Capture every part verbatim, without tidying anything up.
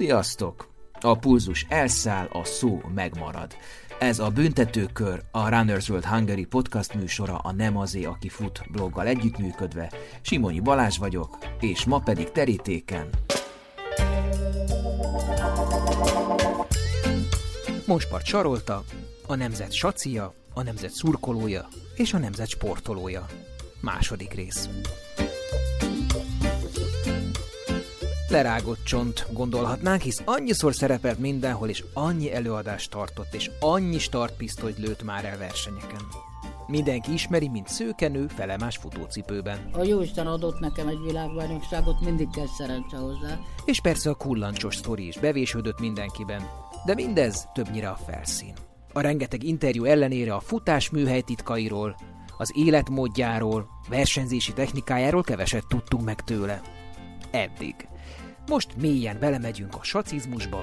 Sziasztok! A pulzus elszáll, a szó megmarad. Ez a Büntetőkör, a Runners World Hungary podcast műsora a Nem azé, aki fut bloggal együttműködve. Simonyi Balázs vagyok, és ma pedig terítéken. Monspart Sarolta, a nemzet sacia, a nemzet szurkolója és a nemzet sportolója. Második rész. Lerágott csont, gondolhatnánk, hisz annyiszor szerepelt mindenhol, és annyi előadást tartott, és annyi startpisztolyt lőtt már el versenyeken. Mindenki ismeri, mint szőkenő felemás futócipőben. A jóisten adott nekem egy világbajnokságot, mindig kell szerencse hozzá. És persze a kullancsos sztori is bevésődött mindenkiben, de mindez többnyire a felszín. A rengeteg interjú ellenére a futás műhely titkairól, az életmódjáról, versenyzési technikájáról keveset tudtunk meg tőle. Eddig. Most mélyen belemegyünk a sacizmusba.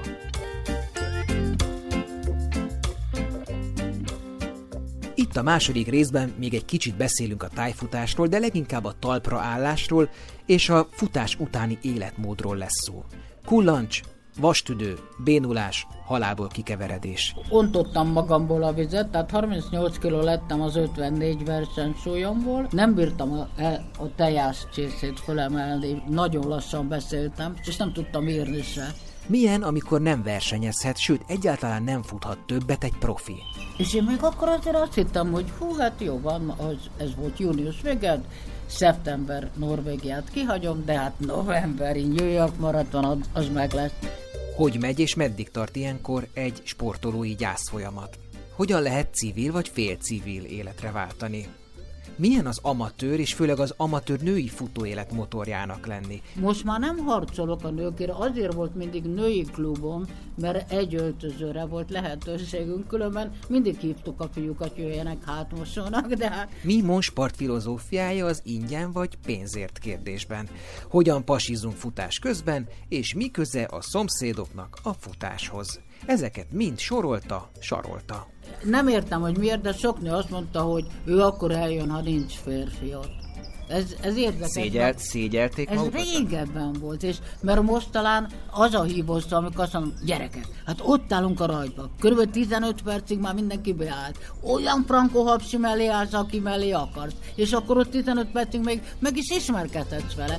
Itt a második részben még egy kicsit beszélünk a tájfutásról, de leginkább a talpraállásról és a futás utáni életmódról lesz szó. Kullancs, vastüdő, bénulás, halálból kikeveredés. Ontottam magamból a vizet, tehát harmincnyolc kiló lettem az ötvennégy versenysúlyomból. Nem bírtam a, a tejás csészét fölemelni, nagyon lassan beszéltem, és nem tudtam írni se. Milyen, amikor nem versenyezhet, sőt egyáltalán nem futhat többet egy profi? És én még akkor azért azt hittem, hogy hú, hát jó van, az, ez volt június végén, szeptember Norvégiát kihagyom, de hát novemberi New York maraton az, az meg lesz. Hogy megy és meddig tart ilyenkor egy sportolói gyászfolyamat? Hogyan lehet civil vagy félcivil életre váltani? Milyen az amatőr és főleg az amatőr női futóélet motorjának lenni? Most már nem harcolok a nőkért, azért volt mindig női klubom, mert egy öltözőre volt lehetőségünk, különben mindig hívtuk a fiúkat, jöjjenek hátmosónak, de hát... Mi Monspart filozófiája az ingyen vagy pénzért kérdésben? Hogyan pasizunk futás közben, és mi köze a szomszédoknak a futáshoz? Ezeket mind sorolta, sarolta. Nem értem, hogy miért, de sok nő azt mondta, hogy ő akkor eljön, ha nincs férfi ott. Ez, ez érdekes. Szégyelt, szégyelték Ez magukat? régebben volt, és mert most talán az a hívószó, amikor azt mondom, gyerekek, hát ott állunk a rajtban. Körülbelül tizenöt percig már mindenki beállt. Olyan frankó hapsi mellé állsz, aki mellé akarsz. És akkor ott tizenöt percig még meg is ismerkedhetsz vele.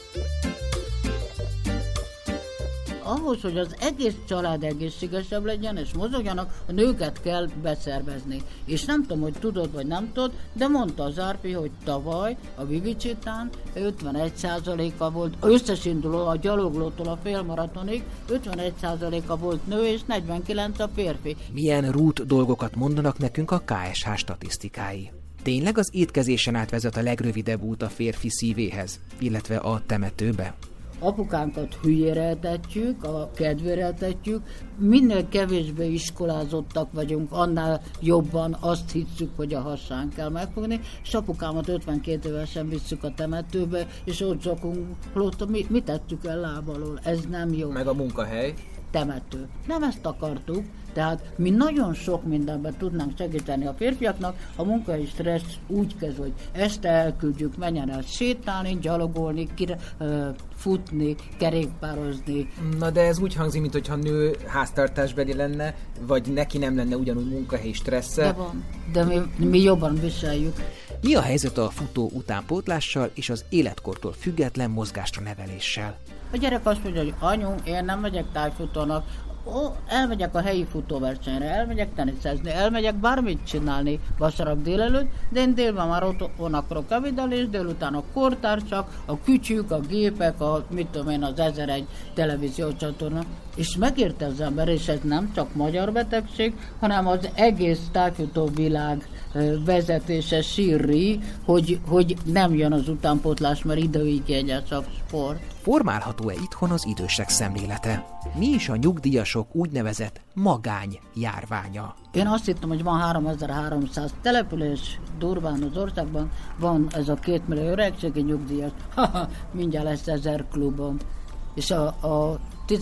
Ahhoz, hogy az egész család egészségesebb legyen és mozogjanak, a nőket kell beszervezni. És nem tudom, hogy tudod vagy nem tudod, de mondta az Árpi, hogy tavaly a Vivicsitán ötvenegy százaléka volt, összesinduló a gyaloglótól a félmaratonig, ötvenegy százaléka volt nő és negyvenkilenc a férfi. Milyen rút dolgokat mondanak nekünk a ká es há statisztikái? Tényleg az étkezésen át vezet a legrövidebb út a férfi szívéhez, illetve a temetőbe? Apukánkat hülyére etetjük, a kedvére etetjük, minél kevésbé iskolázottak vagyunk, annál jobban azt hiszük, hogy a hasán kell megfogni, és apukámat ötvenkét évesen visszük a temetőbe, és ott zokunk, mi, mit tettük el lábalól, ez nem jó. Meg a munkahely? Temető. Nem ezt akartuk, tehát mi nagyon sok mindenben tudnánk segíteni a férfiaknak, a munkai stressz úgy kezd, hogy este elküldjük, menjen el sétálni, gyalogolni, kire, uh, futni, kerékpározni. Na de ez úgy hangzik, mintha nő háztartásbeli lenne, vagy neki nem lenne ugyanúgy munkahelyi stressze. De van, de mi, mi jobban viseljük. Mi a helyzet a futó utánpótlással és az életkortól független mozgásra neveléssel? A gyerek azt mondja, hogy anyu, én nem megyek tájfutónak, ó, elmegyek a helyi futóversenyre, elmegyek teniszezni, elmegyek bármit csinálni vasárnap délelőtt, de én délben már otthon akarok ebédelni, és délután a kortársak, a kütyük, a gépek, a mit tudom én, az ezeregy televíziócsatorna. És megérte az ember, és ez nem csak magyar betegség, hanem az egész tájfutó világ vezetése sírri, hogy, hogy nem jön az utánpótlás, mert időigényes a sport. Formálható-e itthon az idősek szemlélete? Mi is a nyugdíjasok úgynevezett magány járványa? Én azt hittem, hogy van háromezer-háromszáz település durván az országban, van ez a két millió öregségi nyugdíjas, haha, mindjárt lesz ezer klubon. És a, a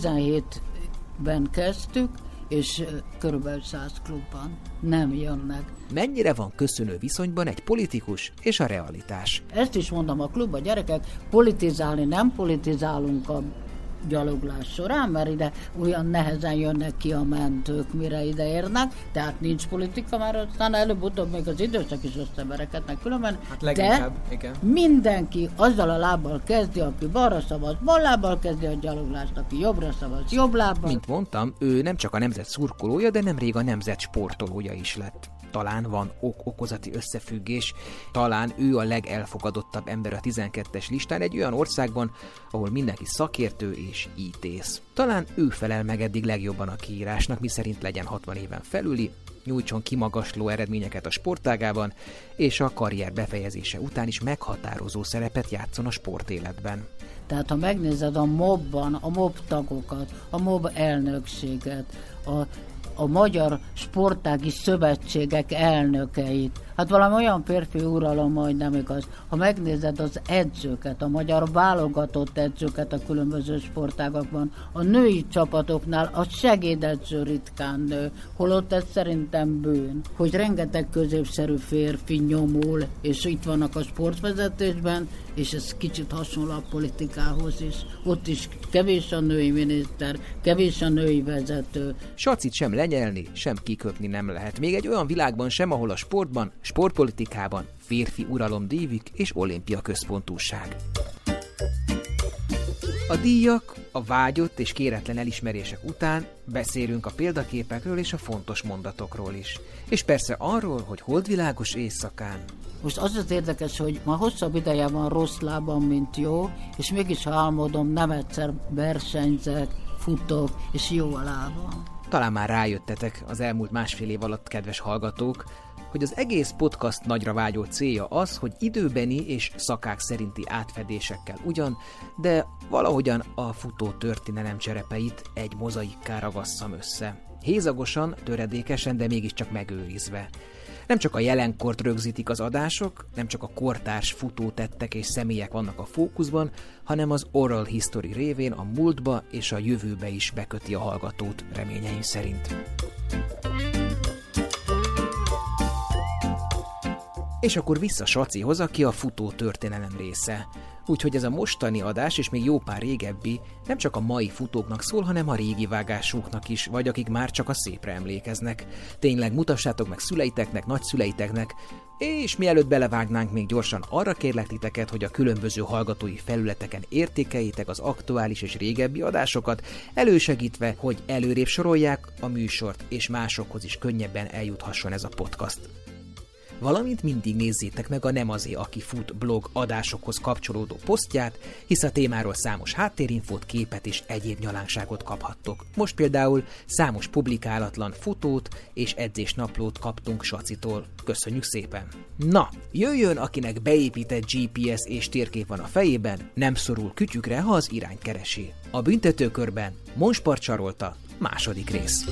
tizenhétben kezdtük, és körülbelül száz klubban nem jönnek. Mennyire van köszönő viszonyban egy politikus és a realitás? Ezt is mondom a klubban, gyerekek, politizálni nem politizálunk a gyaloglás során, mert ide olyan nehezen jönnek ki a mentők, mire ide érnek, tehát nincs politika, mert aztán előbb-utóbb még az időszak is összeverekednek különben, hát de igen. Mindenki azzal a lábbal kezdi, aki balra szavaz, bal lábbal kezdi a gyaloglást, aki jobbra szavaz, jobb lábbal. Mint mondtam, ő nem csak a nemzet szurkolója, de nemrég a nemzet sportolója is lett. Talán van ok-okozati összefüggés, talán ő a legelfogadottabb ember a tizenkettes listán egy olyan országban, ahol mindenki szakértő és ítész. Talán ő felel meg eddig legjobban a kiírásnak, miszerint legyen hatvan éven felüli, nyújtson kimagasló eredményeket a sportágában, és a karrier befejezése után is meghatározó szerepet játszon a sportéletben. Tehát ha megnézed a mobban, a mob tagokat, a mob elnökséget, a a Magyar Sportági Szövetségek elnökeit. Hát valami olyan férfi uralom majd nem igaz. Ha megnézed az edzőket, a magyar válogatott edzőket a különböző sportágakban, a női csapatoknál a segédedző ritkán nő, holott ez szerintem bűn, hogy rengeteg középszerű férfi nyomul, és itt vannak a sportvezetésben, és ez kicsit hasonló a politikához is. Ott is kevés a női miniszter, kevés a női vezető. Sacit sem lenyelni, sem kiköpni nem lehet. Még egy olyan világban sem, ahol a sportban, sportpolitikában férfi uralom dívik és olimpia központúság. A díjak, a vágyott és kéretlen elismerések után beszélünk a példaképekről és a fontos mondatokról is. És persze arról, hogy holdvilágos éjszakán. Most az az érdekes, hogy ma hosszabb ideje van rossz lábam, mint jó, és mégis álmodom, nem egyszer versenyzek, futok, és jó a lábam. Talán már rájöttetek az elmúlt másfél év alatt, kedves hallgatók, hogy az egész podcast nagyra vágyó célja az, hogy időbeni és szakák szerinti átfedésekkel ugyan, de valahogyan a futó történelem cserepeit egy mozaikká ragasszam össze. Hézagosan, töredékesen, de mégiscsak megőrizve. Nem csak a jelenkort rögzítik az adások, nem csak a kortárs futótettek és személyek vannak a fókuszban, hanem az oral history révén a múltba és a jövőbe is beköti a hallgatót, reményeim szerint. És akkor vissza Sacihoz, aki a futó történelem része. Úgyhogy ez a mostani adás, és még jó pár régebbi, nem csak a mai futóknak szól, hanem a régi vágásúknak is, vagy akik már csak a szépre emlékeznek. Tényleg mutassátok meg szüleiteknek, nagyszüleiteknek, és mielőtt belevágnánk, még gyorsan arra kérlek titeket, hogy a különböző hallgatói felületeken értékeljétek az aktuális és régebbi adásokat, elősegítve, hogy előrébb sorolják a műsort, és másokhoz is könnyebben eljuthasson ez a podcast. Valamint mindig nézzétek meg a Nem azé, aki fut blog adásokhoz kapcsolódó posztját, hisz a témáról számos háttérinfót, képet és egyéb nyalánkságot kaphattok. Most például számos publikálatlan fotót és edzésnaplót kaptunk Sacitól. Köszönjük szépen! Na, jöjjön, akinek beépített gé pé es és térkép van a fejében, nem szorul kütyükre, ha az irányt keresi. A büntetőkörben Monspart Csarolta, második rész.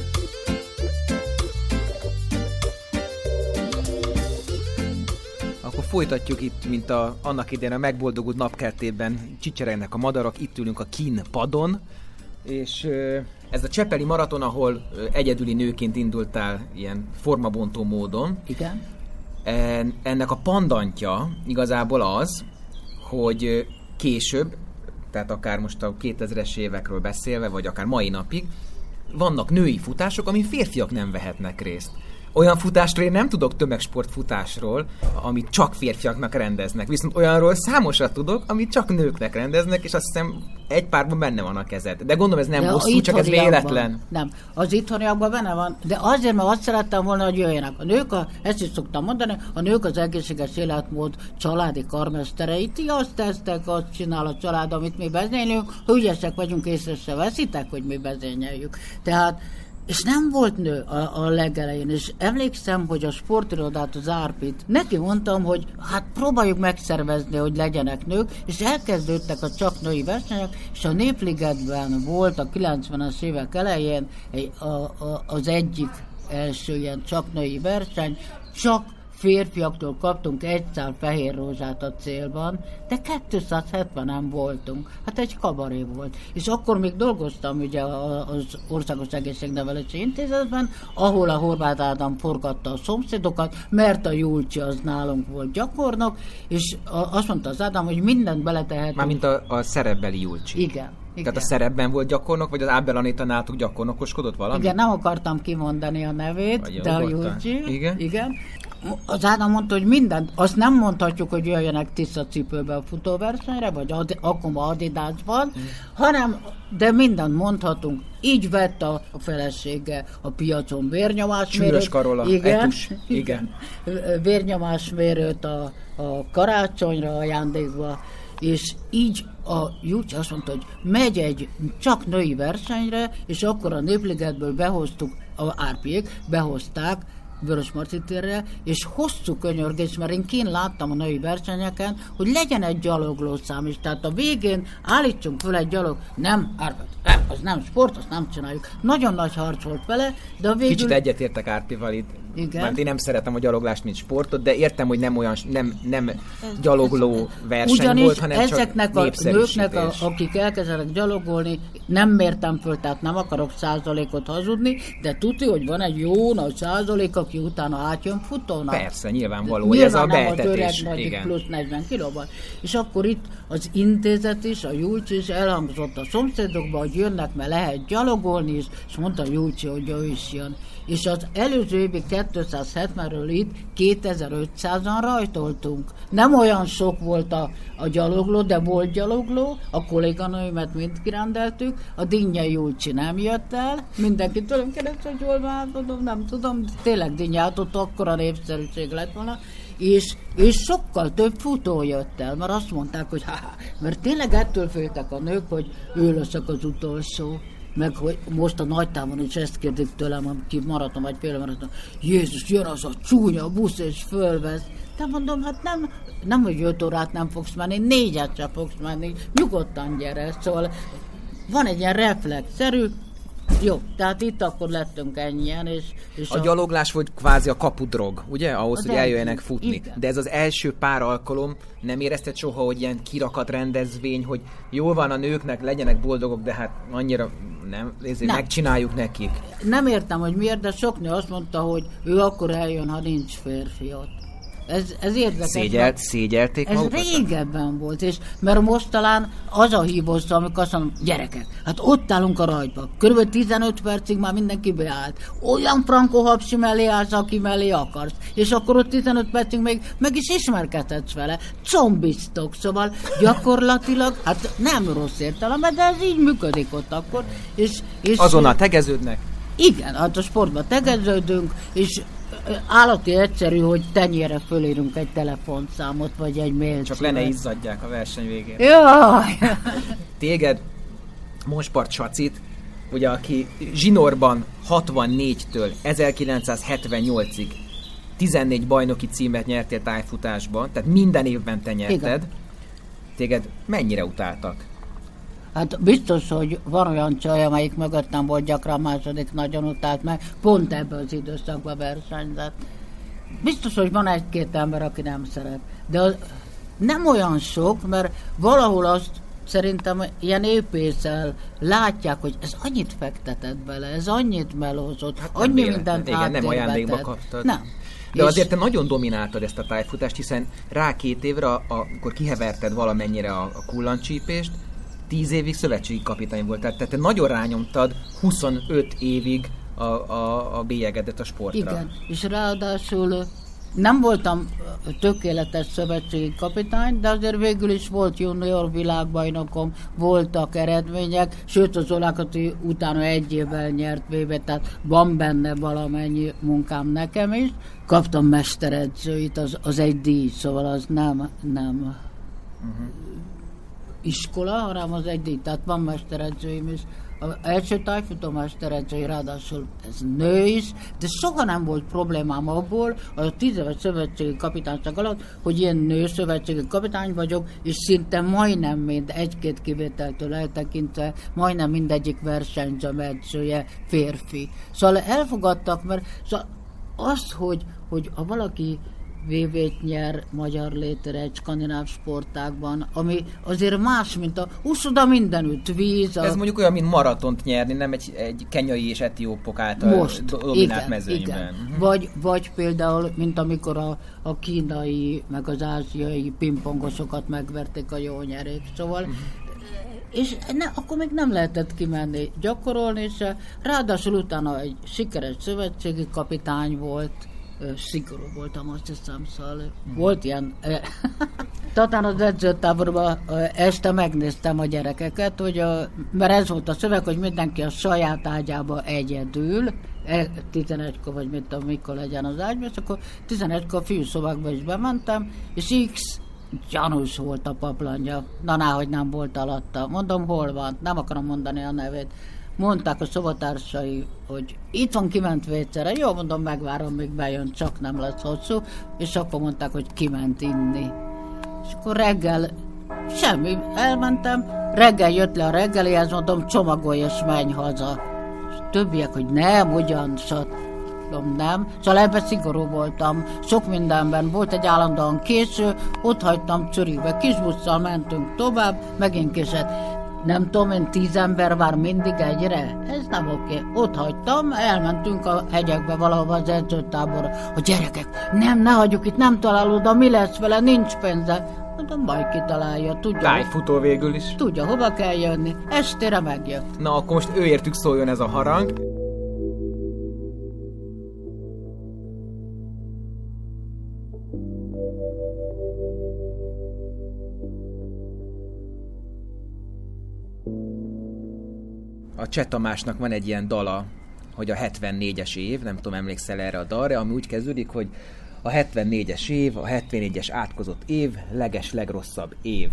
Akkor folytatjuk itt, mint a, annak idején a megboldogult napkertében csicseregnek a madarak, itt ülünk a kín padon, és ez a csepeli maraton, ahol egyedüli nőként indultál ilyen formabontó módon. Igen. Ennek a pandantja igazából az, hogy később, tehát akár most a kétezres évekről beszélve, vagy akár mai napig, vannak női futások, amin férfiak nem vehetnek részt. Olyan futásról én nem tudok, tömegsportfutásról, amit csak férfiaknak rendeznek. Viszont olyanról számosat tudok, amit csak nőknek rendeznek, és azt hiszem egy párban benne van a kezed. De gondolom ez nem de hosszú, csak ez véletlen. Nem, az itthoniakban benne van, de azért, mert azt szerettem volna, hogy jöjjenek. A nők, a, ezt is szoktam mondani, a nők az egészséges életmód családi karmesterei. Ti azt tesztek, azt csinál a család, amit mi vezénylünk, ha ügyesek vagyunk, észre se veszitek, hogy mi vezényeljük. Tehát és nem volt nő a, a legelején, és emlékszem, hogy a sportirodát, az Árpit, neki mondtam, hogy hát próbáljuk megszervezni, hogy legyenek nők, és elkezdődtek a csak női versenyek, és a Népligetben volt a kilencvenes évek elején a, a, az egyik első ilyen csak női verseny, csak férfiaktól kaptunk egy szál fehér rózsát a célban, de kétszázhetvenen voltunk. Hát egy kabaré volt. És akkor még dolgoztam ugye az Országos Egészségnevelési Intézetben, ahol a Horváth Ádám forgatta a szomszédokat, mert a Julcsi az nálunk volt gyakornok, és azt mondta az Ádám, hogy mindent beletehetünk. Mármint a, a szerepbeli Julcsi. Igen. Igen. Tehát a szerepben volt gyakornok, vagy az Ábel Anéta nálatok gyakornokoskodott valami? Igen, nem akartam kimondani a nevét, vagy de a Júlcsi. Igen. Igen. Az Ádám mondta, hogy mindent, azt nem mondhatjuk, hogy jöjjenek tiszta cipőbe a futóversenyre, vagy ad, akkor Adidasban, mm. hanem, de mindent mondhatunk. Így vett a, a felesége a piacon vérnyomásmérőt. Csűrös Karola, igen, etus. Igen. Vérnyomásmérőt a, a karácsonyra ajándékba, és így a Júlcsi azt mondta, hogy megy egy csak női versenyre, és akkor a Népligetből behoztuk, a árpiék behozták Vörösmarty térre, és hosszú könyörgés, mert én kint láttam a női versenyeken, hogy legyen egy gyaloglószám is. Tehát a végén állítsunk föl egy gyalog, nem, Árpád, nem, az nem sport, azt nem csináljuk. Nagyon nagy harc volt vele, de a végül... Kicsit egyetértek Árpival itt. Igen. Mert én nem szeretem a gyaloglást, mint sportot, de értem, hogy nem olyan, nem, nem gyalogló verseny ugyanis volt, hanem ezeknek csak a nőknek, a, akik elkezdenek gyalogolni, nem mértem föl, tehát nem akarok százalékot hazudni, de tudja, hogy van egy jó nagy százalék, aki utána átjön futónak. Persze, nyilvánvaló, hogy ez a beetetés. Nem a plusz negyven kilóban. És akkor itt az intézet is, a Júlcsi is elhangzott a szomszédokba, hogy jönnek, mert lehet gyalogolni is, és mondta a Júlcsi, hogy ő is jön. És az előző évi kétszázhetvenről itt kétezer-ötszázan rajtoltunk. Nem olyan sok volt a, a gyalogló, de volt gyalogló, a kolléganőimet mind kirendeltük, a Dinnye Júlcsi nem jött el, mindenki tőlem kérdezte, hogy hol van, tudom, nem tudom, tényleg Dinnyát ott akkora népszerűség lett volna, és, és sokkal több futó jött el, mert azt mondták, hogy ha, mert tényleg ettől féltek a nők, hogy ő leszek az utolsó. Meg hogy most a nagytávon is ezt kérdik tőlem, aki maraton vagy fél maraton, Jézus, jön az a csúnya busz és fölvesz. De mondom, hát nem, nem, hogy öt órát nem fogsz menni, négyet sem fogsz menni, nyugodtan gyere. Szóval van egy ilyen reflexzerű, jó, tehát itt akkor lettünk ennyien, és... és a, a gyaloglás volt kvázi a kapudrog, ugye? Ahhoz, hogy eljöjjenek futni. Igen. De ez az első pár alkalom, nem érezted soha, hogy ilyen kirakat rendezvény, hogy jól van a nőknek, legyenek boldogok, de hát annyira nem, ezért nem. Megcsináljuk nekik. Nem értem, hogy miért, de sok nő azt mondta, hogy ő akkor eljön, ha nincs férfi ott. Ez, ez érdekes. Szégyelt, szégyelték ez magukat? Régebben volt, és mert most talán az a hívózta, amikor azt mondom, gyerekek, hát ott állunk a rajtba. Körülbelül tizenöt percig már mindenki beállt. Olyan frankó hapsi mellé állsz, aki mellé akarsz. És akkor ott tizenöt percig még meg is ismerkedhetsz vele. Combiztok, szóval gyakorlatilag, hát nem rossz értelemben, de ez így működik ott akkor. És, és azonnal tegeződnek? Igen, hát a sportban tegeződünk, és állati egyszerű, hogy tenyérre fölírunk egy telefonszámot, vagy egy mailt. Csak le ne izzadják a verseny végén. Jaj! Téged, Monspart Sacit, ugye, aki zsinórban hatvannégytől ezerkilencszázhetvennyolcig tizennégy bajnoki címet nyertél tájfutásban, tehát minden évben te nyerted. Igen. Téged mennyire utáltak? Hát biztos, hogy van olyan csaj, amelyik mögöttem volt gyakran, második nagyon utált meg, pont ebben az időszakban versenyzett. Biztos, hogy van egy-két ember, aki nem szeret. De az nem olyan sok, mert valahol azt szerintem ilyen épészel látják, hogy ez annyit fektetett bele, ez annyit melózott, hát annyi véletlen. Mindent igen, nem ajándékba kaptad. Nem. De és azért te nagyon domináltad ezt a tájfutást, hiszen rá két évre, akkor kiheverted valamennyire a, a kullancsípést, tíz évig szövetségi kapitány voltál, tehát te nagyon rányomtad huszonöt évig a, a, a bélyegedet a sportra. Igen, és ráadásul nem voltam tökéletes szövetségi kapitány, de azért végül is volt junior világbajnokom, voltak eredmények, sőt az Olákati utána egy évvel nyert vévet, tehát van benne valamennyi munkám nekem is. Kaptam mesteredzőit, az, az egy díj, szóval az nem, nem uh-huh. iskola, hanem az egy díj, tehát van mesteredzőim is. Az első tájfutó mesteredzői, ráadásul ez nő is, de soha nem volt problémám abból, a tíz éves szövetségi kapitányság alatt, hogy ilyen nő szövetségi kapitány vagyok, és szinte majdnem mind egy-két kivételtől eltekintve, majdnem mindegyik versenyzőm edzője férfi. Szóval elfogadtak, mert szóval az, hogy, hogy ha valaki vévét nyer magyar létre egy skandináv sportágban, ami azért más, mint a úszoda mindenütt, víz. A... Ez mondjuk olyan, mint maratont nyerni, nem egy, egy kenyai és etiópok által most, dominált igen, mezőnyben. Igen. Uh-huh. Vagy, vagy például, mint amikor a, a kínai, meg az ázsiai pingpongosokat megverték a jó nyerék. Szóval uh-huh. és ne, akkor még nem lehetett kimenni gyakorolni se. Ráadásul utána egy sikeres szövetségi kapitány volt, szigorú voltam, azt hiszem, szóval mm. volt ilyen. Tatán az edzőtáborban este megnéztem a gyerekeket, hogy a, mert ez volt a szöveg, hogy mindenki a saját ágyába egyedül, tizenegykor vagy mit tudom, mikor legyen az ágyban, és akkor tizenegykor fiúszobákba is bementem, és X gyanús volt a paplanja. Na, náhogy nem volt alatta. Mondom, hol van? Nem akarom mondani a nevét. Mondták a szobatársai, hogy itt van, kiment vécére. Jó, mondom, megvárom, még bejön, csak nem lesz hosszú. És akkor mondták, hogy kiment inni. És akkor reggel, semmi, elmentem. Reggel jött le a reggelihez, mondom, csomagolj és menj haza. És többiek, hogy nem, ugyan, mondom, nem. Szóval ebben szigorú voltam. Sok mindenben volt egy állandóan késő, ott hagytam Czürichbe. Kisbusszal mentünk tovább, megint késett. Nem tudom én, tíz ember vár mindig egyre? Ez nem oké. Ott hagytam, elmentünk a hegyekbe valahova az edzőtáborra. A gyerekek, nem, ne hagyjuk itt, nem talál oda, mi lesz vele, nincs pénze. Mondom, majd kitalálja, tudja. Tájfutó végül is. Tudja, hova kell jönni. Estére megjött. Na, akkor most őértük szóljon ez a harang. A Cseh Tamásnak van egy ilyen dala, hogy a hetvennégyes év, nem tudom, emlékszel erre a dalra, ami úgy kezdődik, hogy a hetvennégyes év, a hetvennégyes átkozott év, leges legrosszabb év.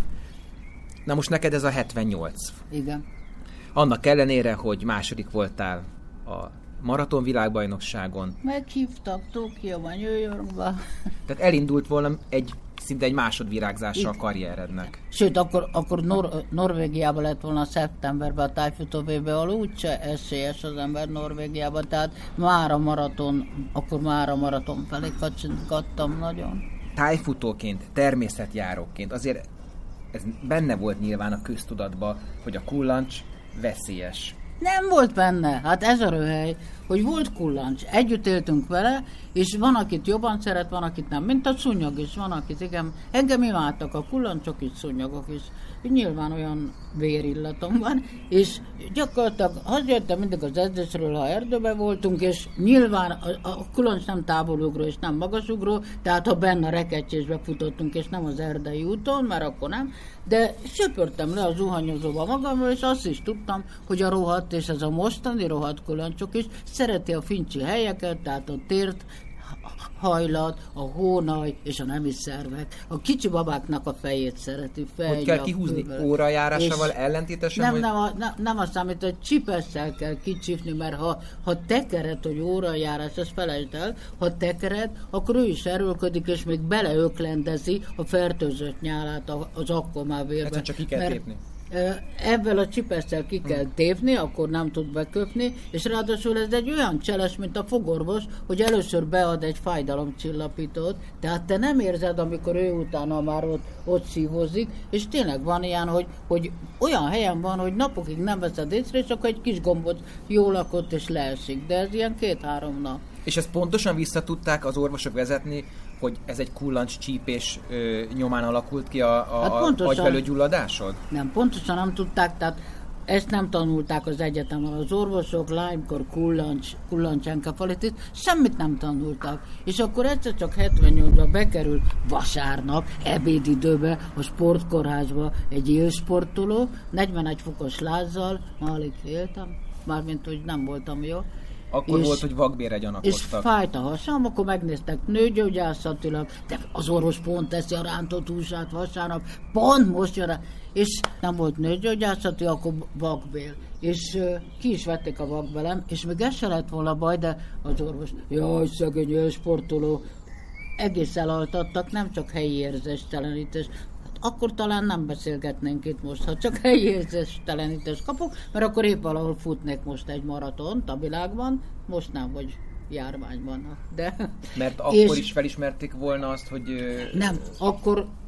Na most neked ez a hetvennyolc. Igen. Annak ellenére, hogy második voltál a maraton világbajnokságon. Meghívtak Tokióban, New Yorkba. Tehát elindult volna egy szinte egy másodvirágzása a karrierednek. Sőt, akkor, akkor Nor- Norvégiában lett volna szeptemberben a tájfutóvébe, ahol úgyse esélyes az ember Norvégiában, tehát már a maraton, akkor már a maraton felé kacsingattam nagyon. Tájfutóként, természetjáróként azért ez benne volt nyilván a köztudatban, hogy a kullancs veszélyes. Nem volt benne, hát ez a röhely, hogy volt kullancs, együtt éltünk vele, és van, akit jobban szeret, van, akit nem, mint a szúnyog is, van, akit igen, engem imádtak a kullancsok is, szúnyogok is, nyilván olyan vérillatom van, és gyakorlatilag hazajöttem mindig az edzésről, ha erdőben voltunk, és nyilván a, a kullancs nem távolugró és nem magasugró, tehát ha benne a rekecsésbe futottunk, és nem az erdei úton, mert akkor nem, de söpörtem le a zuhanyozóba magamról, és azt is tudtam, hogy a rohadt, és ez a mostani rohadt kullancsok is szereti a fincsi helyeket, tehát a tért, hajlat, a hónaj és a nemi szervek. A kicsi babáknak a fejét szereti. Fej, hogy kell kihúzni órajárásával ellentétesen? Nem, hogy... nem, a, nem, nem azt számít, hogy csipesszel kell kicsipni, mert ha, ha tekered, hogy órajárás, ezt felejtsd el, ha tekered, akkor ő is erőlködik, és még beleöklendezi a fertőzött nyálát az akkomávérbe. Hát csak ki kell mert, tépni. Ebben a csipesszel ki kell tépni, akkor nem tud beköpni, és ráadásul ez egy olyan cseles, mint a fogorvos, hogy először bead egy fájdalomcsillapítót, tehát te nem érzed, amikor ő utána már ott, ott szívozik, és tényleg van ilyen, hogy, hogy olyan helyen van, hogy napokig nem veszed észre, és akkor egy kis gombot jól lakott és leesik, de ez ilyen két-három nap. És ezt pontosan visszatudták az orvosok vezetni, hogy ez egy kullancs csípés ö, nyomán alakult ki a, a hát agyvelőgyulladásod? Nem, pontosan nem tudták, tehát ezt nem tanulták az egyetemen az orvosok, Lyme-kor, kullancs, kullancsenkefalitis, semmit nem tanultak. És akkor egyszer csak hetvennyolcban bekerül vasárnap, ebédidőbe, a sportkórházba egy élsportoló, negyvenegy fokos lázzal, alig féltem, mármint, hogy nem voltam jó. Akkor és, volt, hogy vakbélre gyanakodtak. És fájt a hasam, akkor megnéztek nőgyógyászatilag, de az orvos pont teszi a rántott húsát vasárnap, pont most jön rá, és nem volt nőgyógyászati, akkor vakbél. És uh, ki is vették a vakbelem, és még ez se lett volna baj, de az orvos, jaj, szegény sportoló, egész elaltattak, nem csak helyi érzéstelenítés. Akkor talán nem beszélgetnénk itt most, ha csak helyi érzéstelenítést kapok, mert akkor épp valahol futnék most egy maratont a világban, most nem, vagy járványban. De, mert akkor is felismerték volna azt, hogy... Nem, akkor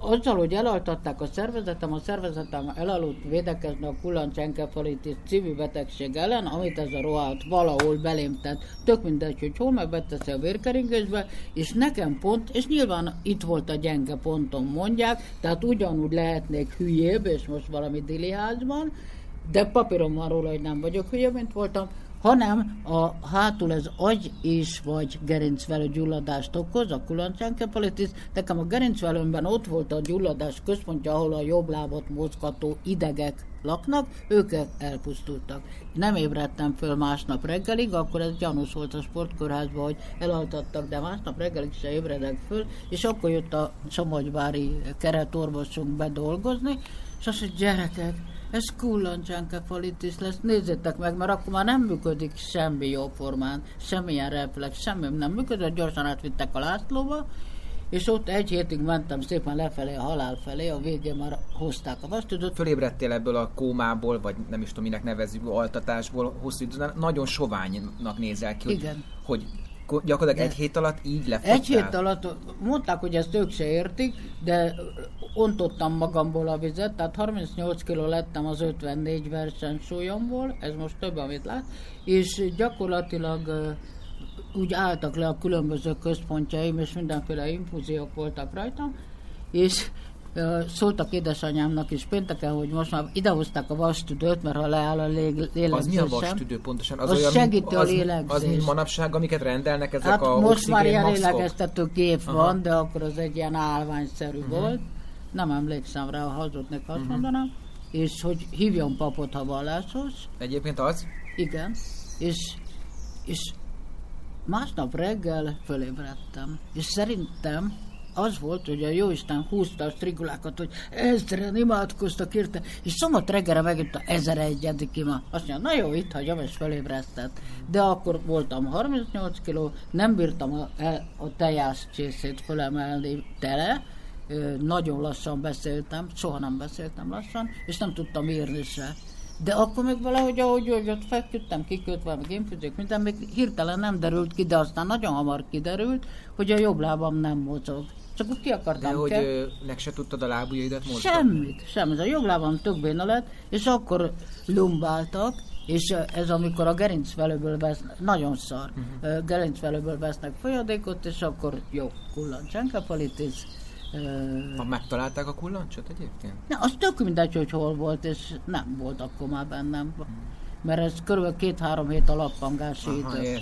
azzal, hogy elaltatták a szervezetem, a szervezetem elaludt védekezni a kullancsenkefalitis című betegség ellen, amit ez a rohadt valahol belém tett. Tök mindegy, hogy hol megbeteszi a vérkeringésbe, és nekem pont, és nyilván itt volt a gyenge ponton, mondják, tehát ugyanúgy lehetnék hülyébb, és most valami diliházban, de papírom van róla, hogy nem vagyok hülyébb, mint voltam, hanem a hátul ez agy és vagy gerincvelő gyulladást okoz, a kullancsenkefalitis. Nekem a gerincvelőmben ott volt a gyulladás központja, ahol a jobb lábat mozgató idegek laknak, ők elpusztultak. Nem ébredtem föl másnap reggelig, akkor ez gyanús volt a sportkórházban, hogy elaltattak, de másnap reggelig se ébredek föl, és akkor jött a somogyvári keretorvosunk bedolgozni, és azt mondja, gyerekek, ez kullancsenkefalitis lesz, nézzétek meg, mert akkor már nem működik semmi jóformán, semmilyen reflex, semmi nem működött, gyorsan átvittek a Lászlóba, és ott egy hétig mentem szépen lefelé, a halál felé, a végén már hozták a vastudot. Fölébredtél ebből a kómából, vagy nem is tudom, minek nevezzük, altatásból hosszú időn, nagyon soványnak nézel ki, hogy, igen. hogy gyakorlatilag de egy hét alatt így lefogytál? Egy hét alatt, mondták, hogy ezt ők se értik, de ontottam magamból a vizet, tehát harmincnyolc kiló lettem az ötvennégy versenysúlyomból, ez most több, amit lát, és gyakorlatilag úgy álltak le a különböző központjaim, és mindenféle infúziók voltak rajtam, és uh, szóltak édesanyámnak is pénteken, hogy most már idehozták a vastüdőt, mert ha leáll a lélegzésem. Az mi a vastüdő pontosan? Az, az olyan, segíti az, a lélegzést. Az mint manapság, amiket rendelnek ezek hát a most már ilyen maxok? lélegeztető gép van, de akkor az egy ilyen állványszerű uh-huh. volt. Nem emlékszem rá, ha hazudnék, azt uh-huh. mondanám. És hogy hívjon papot, ha valláshoz. Egyébként az? Igen. És, és másnap reggel fölébredtem, és szerintem az volt, hogy a Jóisten húzta a strigulákat, hogy ezren imádkoztak érte, és szombat reggelre megint a ezer-egyedik ima. Azt mondja, na jó, itt hagyom, és fölébresztett. De akkor voltam harmincnyolc kiló, nem bírtam a, a tejás csészét fölemelni tele, nagyon lassan beszéltem, soha nem beszéltem lassan, és nem tudtam írni se. De akkor meg valahogy, ahogy, ahogy ott feküdtem, kikötve, meg infúziók, minden még hirtelen nem derült ki, de aztán nagyon hamar kiderült, hogy a jobb lábam nem mozog. Csak úgy ki akartam. De hogy kell. ö, meg se tudtad a lábujjaidat mozgatni? Semmit, semmit. A jobb lábam tök béna lett, és akkor lumbáltak, és ez amikor a gerincvelőből vesznek, nagyon szar, uh-huh. gerincvelőből vesznek folyadékot, és akkor jó, kullancsenkefalitis. Ha megtalálták a kullancsot egyébként? Na, az tök mindegy, hogy hol volt, és nem volt akkor már bennem. Hmm. Mert ez körülbelül két-három hét a lappangási idő.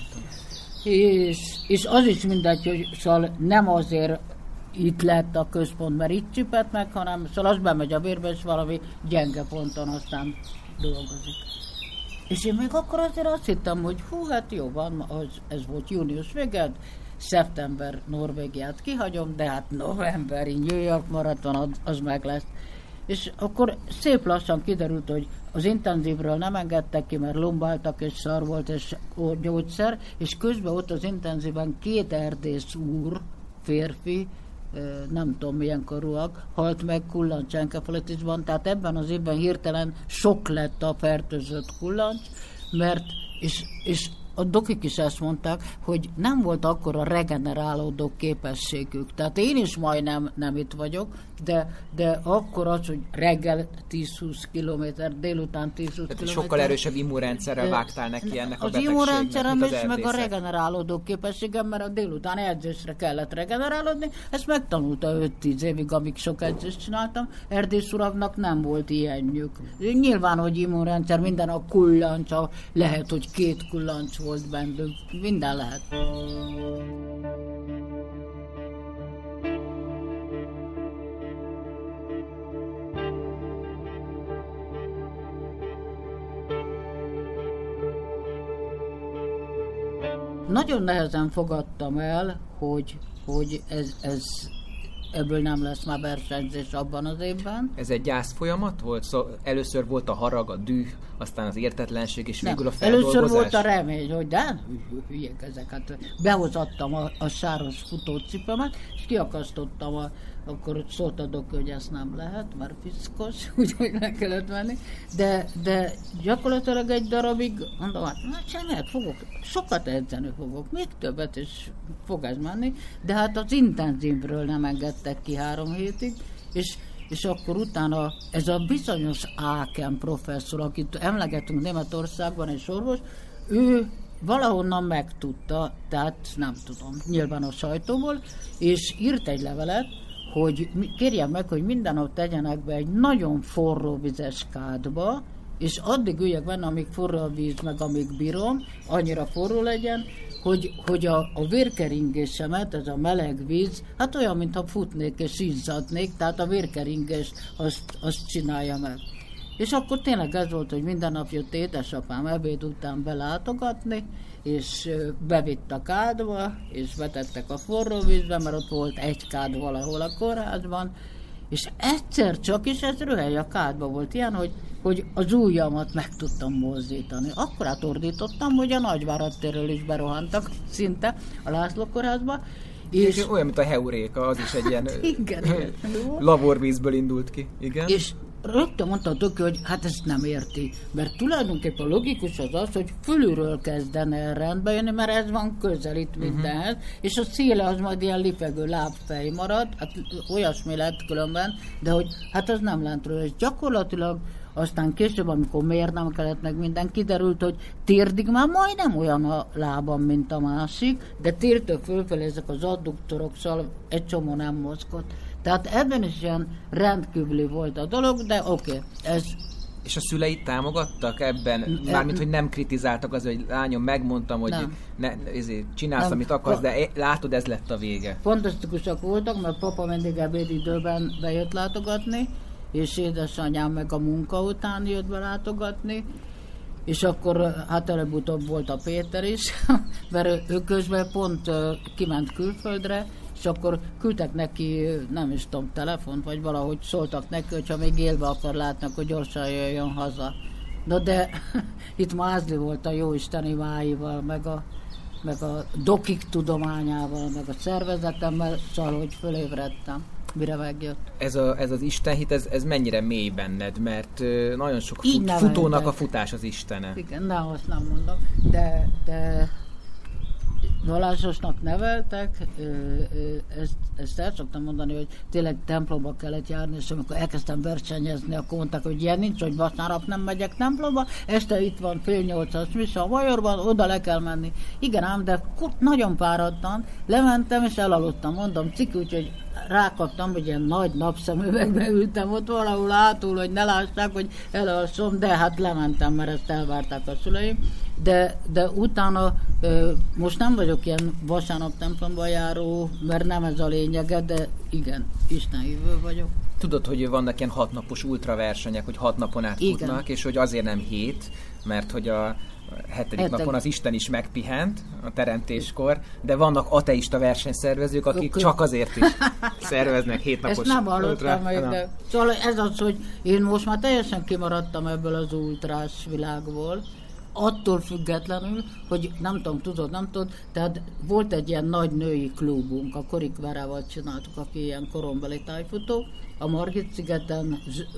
És, és az is mindegy, hogy szóval nem azért itt lett a központ, mert itt csipett meg, hanem szóval az bemegy a vérbe, és valami gyenge ponton aztán dolgozik. És én még akkor azért azt hittem, hogy hú, hát jó van, az, ez volt június végén, szeptember Norvégiát kihagyom, de hát novemberi New York maraton az, az meg lesz. És akkor szép lassan kiderült, hogy az intenzívről nem engedtek ki, mert lombáltak, és szar volt, és gyógyszer, és közben ott az intenzíven két erdész úr, férfi, nem tudom milyen korúak, halt meg kullancsenkefalitisban, tehát ebben az évben hirtelen sok lett a fertőzött kullancs, mert, és, és a dokik is ezt mondták, hogy nem volt akkor a regenerálódó képességük. Tehát én is majdnem nem itt vagyok, de, de akkor az, hogy reggel tíz-húsz kilométer, délután tíz-húsz kilométer. Sokkal erősebb immunrendszerrel vágtál neki ennek a az betegségnek, immunrendszerem is, meg a regenerálódó képességem, mert a délután edzésre kellett regenerálódni. Ezt megtanulta öt-tíz évig, amíg sok edzést csináltam. Erdész uraknak nem volt ilyenjük. Nyilván, hogy immunrendszer, minden a kullancs, lehet, hogy két kullancs volt bennük, minden lehet. Nagyon nehezen fogadtam el, hogy, hogy ez, ez ebből nem lesz már versenyzés abban az évben. Ez egy gyász folyamat volt? Szóval először volt a harag, a düh, aztán az értetlenség, és végül a feldolgozás? Először volt a remény, hogy de hülyék ezek. Hát behozattam a, a sáros futócipőmet, és kiakasztottam, a, akkor szólt a doki, hogy ezt nem lehet, mert piszkos, úgyhogy le kellett menni. De, de gyakorlatilag egy darabig mondom, hát sem lehet, fogok, sokat edzeni fogok, még többet, és fog ez menni. De hát az intenzívről nem engedtek ki három hétig, és, és akkor utána ez a bizonyos Áken professzor, akit emlegetünk Németországban, egy orvos, ő valahonnan megtudta, tehát nem tudom, nyilván a sajtóból, és írt egy levelet, hogy kérjem meg, hogy minden nap tegyenek be egy nagyon forró vizes kádba, és addig üljek benne, amíg forró a víz, meg amíg bírom, annyira forró legyen, hogy, hogy a, a vérkeringésemet, ez a meleg víz, hát olyan, mintha futnék és izzadnék, tehát a vérkeringést azt, azt csinálja meg. És akkor tényleg ez volt, hogy minden nap jött édesapám ebéd után belátogatni, és bevitt a kádba, és betettek a forró vízbe, mert ott volt egy kád valahol a kórházban, és egyszer csak, és ez röhely a kádba volt ilyen, hogy, hogy az ujjamat meg tudtam mozdítani. Akkor átordítottam, hogy a Nagyvárad térről is berohantak szinte a László kórházba. És, és olyan, mint a heuréka, az is egy ilyen igen, laborvízből indult ki. Igen. És rögtön mondta a tökő, hogy hát ezt nem érti, mert tulajdonképpen logikus az az, hogy fölülről kezdene el rendbe jönni, mert ez van közel itt mindenhez, uh-huh. és a széle az majd ilyen lifegő lábfej marad, hát olyasmi lett különben, de hogy hát az nem lentről, és gyakorlatilag aztán később, amikor mérnem kellett meg minden, kiderült, hogy térdig már majdnem olyan a lábam, mint a másik, de tértől fölfelé ezek az adduktorok, szóval egy csomó nem mozgott. Tehát ebben is ilyen rendkívüli volt a dolog, de oké, okay, ez... És a szüleid támogattak ebben? Mármint, hogy nem kritizáltak az, hogy lányom, megmondtam, hogy ne, ezért csinálsz, nem. Amit akarsz, de látod, ez lett a vége. Fantasztikusak voltak, mert papa mindig ebédidőben bejött látogatni, és édesanyám meg a munka után jött be látogatni, és akkor hát előbb-utóbb volt a Péter is, mert ő közben pont kiment külföldre, és akkor küldtek neki, nem is tudom, telefont, vagy valahogy szóltak neki, hogyha még élve akar látni, akkor gyorsan jöjjön haza. Na de itt Mázli volt a jóisten imáival, meg a, meg a dokik tudományával, meg a szervezetemmel, szóval, hogy fölébredtem, mire megjött. Ez, a, ez az istenhit, ez, ez mennyire mély benned, mert nagyon sok fut, futónak a futás az istene. Igen, nem, azt nem mondom, de... de vallásosnak neveltek, ezt, ezt el szoktam mondani, hogy tényleg templomba kellett járni, és amikor elkezdtem versenyezni, akkor mondták, hogy ilyen nincs, hogy vasárnap nem megyek templomba, este itt van fél nyolcas missza a Majorban, oda le kell menni. Igen ám, de nagyon fáradtan, lementem és elaludtam, mondom, ciki, úgyhogy rákaptam, hogy ilyen nagy napszemüvegbe ültem ott valahol hátul, hogy ne lássák, hogy elalszom, de hát lementem, mert ezt elvárták a szüleim. De, de utána most nem vagyok ilyen vasárnap templomba járó, mert nem ez a lényege, de igen, istenhívő vagyok. Tudod, hogy vannak ilyen hatnapos ultraversenyek, hogy hat napon át igen. futnak, és hogy azért nem hét, mert hogy a hetedik Heteg. napon az Isten is megpihent a teremtéskor, de vannak ateista versenyszervezők, akik okay. csak azért is szerveznek hétnapos ultra. Ezt nem hallottam meg, de szóval ez az, hogy én most már teljesen kimaradtam ebből az ultrás világból, attól függetlenül, hogy nem tudom, tudod, nem tudod, tehát volt egy ilyen nagy női klubunk, a Korik Verával csináltuk, aki ilyen korombeli tájfutó, a Margit-szigeten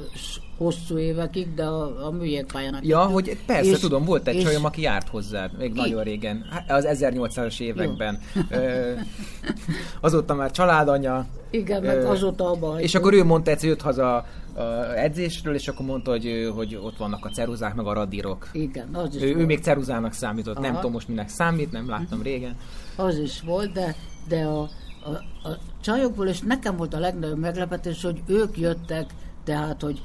hosszú évekig, de a, a műjégpályának. Ja, hogy persze, és, tudom, volt egy csajom, aki járt hozzád, még nagyon régen, az ezernyolcszázas években. Ö, azóta már családanya. Igen, meg azóta abban. És akkor ő mondta, hogy jött haza a edzésről, és akkor mondta, hogy, hogy ott vannak a ceruzák, meg a radírok. Igen, az is ő, volt. ő még ceruzának számított, aha. nem tudom most minek számít, nem láttam régen. Az is volt, de, de a, a, a csajokból, és nekem volt a legnagyobb meglepetés, hogy ők jöttek, tehát, hogy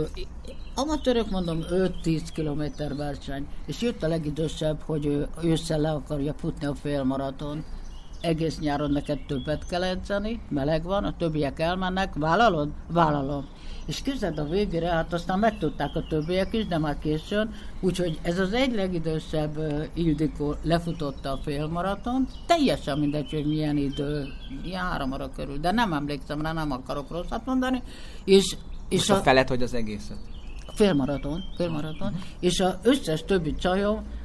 amatőrök, mondom, öt-tíz kilométer verseny, és jött a legidősebb, hogy ő ősszel le akarja futni a félmaraton. Egész nyáron neked többet kell edzeni, meleg van, a többiek elmennek, vállalod? Vállalom. És képzeld a végére, hát aztán megtudták a többiek is, de már későn, úgyhogy ez az egy legidősebb uh, Ildikó lefutotta a félmaraton, teljesen mindegy, hogy milyen idő, ilyen három óra körül, de nem emlékszem rá, nem akarok rosszat mondani, és és a, a felett, hogy az egészet? Félmaraton, félmaraton, uh-huh. és az összes többi csajom,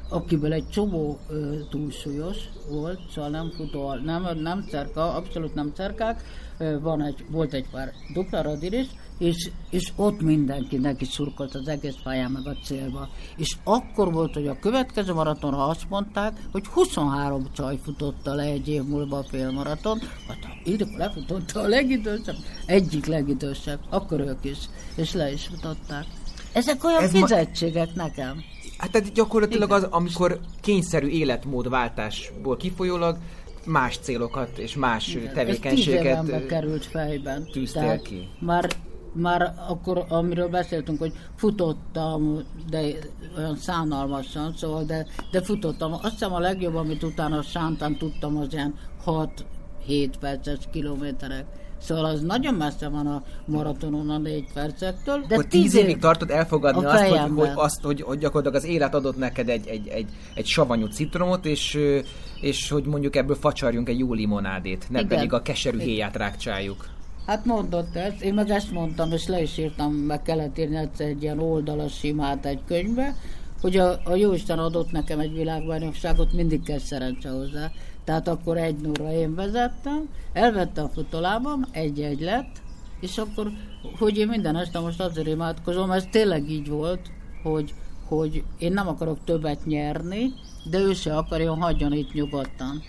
akiből egy csomó ö, túlsúlyos volt, szóval nem futó, nem, nem cerka, abszolút nem cerkák, ö, van egy, volt egy pár dupla radír is, és, és ott mindenki neki szurkolt az egész pályán meg a célba. És akkor volt, hogy a következő maratonra azt mondták, hogy huszonhárom csaj futotta le egy év múlva a félmaraton, hát Ildikó lefutotta a legidősebb, egyik legidősebb, akkor ők is, és le is futották. Ezek olyan Ez fizetségek ma... nekem. Hát tehát gyakorlatilag az, amikor kényszerű életmódváltásból kifolyólag más célokat és más Igen, tevékenységet ez tíz került fejben. Tűztél ki. Már, már akkor, amiről beszéltünk, hogy futottam, de olyan szánalmasan, szóval, de, de futottam. Azt hiszem a legjobb, amit utána sántán tudtam, az ilyen hat-hét perces kilométerek. Szóval az nagyon messze van a maratonon a négy percektől. De tíz, tíz évig tartod elfogadni azt hogy, hogy, azt, hogy, hogy gyakorlatilag az élet adott neked egy, egy, egy, egy savanyú citromot, és, és hogy mondjuk ebből facsarjunk egy jó limonádét, nem pedig a keserű héját rákcsáljuk. Hát mondott ezt, én meg ezt mondtam, és le is írtam, meg kellett írni egyszer egy ilyen oldalas simát egy könyvbe, hogy a, a Jóisten adott nekem egy világbajnokságot, mindig kell szerencse hozzá. Tehát akkor egy nulla én vezettem, elvettem a futólábam, egy-egy lett, és akkor, hogy én minden este most azért imádkozom, ez tényleg így volt, hogy, hogy én nem akarok többet nyerni, de ő se akarjon, hagyjon itt nyugodtan.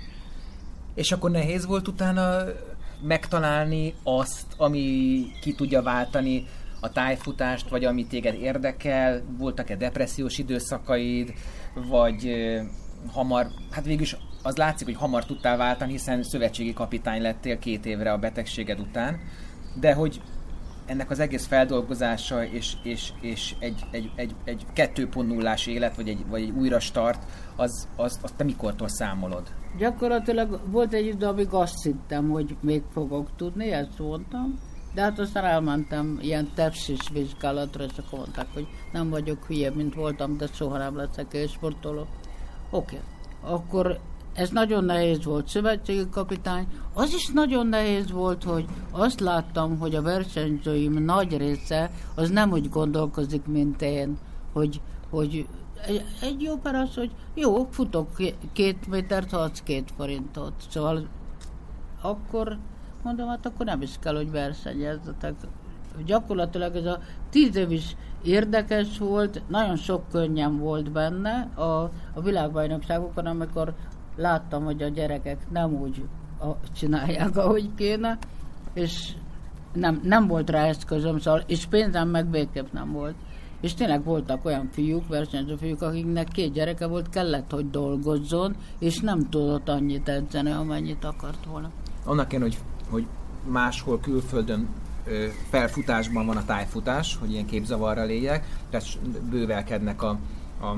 És akkor nehéz volt utána megtalálni azt, ami ki tudja váltani a tájfutást, vagy ami téged érdekel? Voltak-e depressziós időszakaid, vagy hamar, hát végülis az látszik, hogy hamar tudtál váltani, hiszen szövetségi kapitány lettél két évre a betegséged után, de hogy ennek az egész feldolgozása és, és, és egy, egy, egy, egy kettő pont nullás élet, vagy egy, vagy egy újra start, az, az, az te mikortól számolod? Gyakorlatilag volt egy idő, amíg azt hittem, hogy még fogok tudni, ezt mondtam, de hát aztán elmentem ilyen tepsis vizsgálatra, és akkor mondták, hogy nem vagyok hülye, mint voltam, de soha nem leszek élsportoló. Oké, okay. Akkor ez nagyon nehéz volt, szövetségi kapitány. Az is nagyon nehéz volt, hogy azt láttam, hogy a versenyzőim nagy része az nem úgy gondolkozik, mint én, hogy, hogy egy, egy jó pár az, hogy jó, futok két métert, adsz két forintot. Szóval akkor mondom, hát akkor nem is kell, hogy versenyezzetek. Gyakorlatilag ez a tíz év is érdekes volt, nagyon sok könnyem volt benne a, a világbajnokságokon, amikor láttam, hogy a gyerekek nem úgy a, csinálják, ahogy kéne, és nem, nem volt rá eszközöm, szóval, és pénzem meg végképp nem volt. És tényleg voltak olyan fiúk, versenyző fiúk, akiknek két gyereke volt, kellett, hogy dolgozzon, és nem tudott annyit edzeni, amennyit akart volna. Annak én, hogy, hogy máshol külföldön ö, felfutásban van a tájfutás, hogy ilyen képzavarral éljek, tehát bővelkednek a, a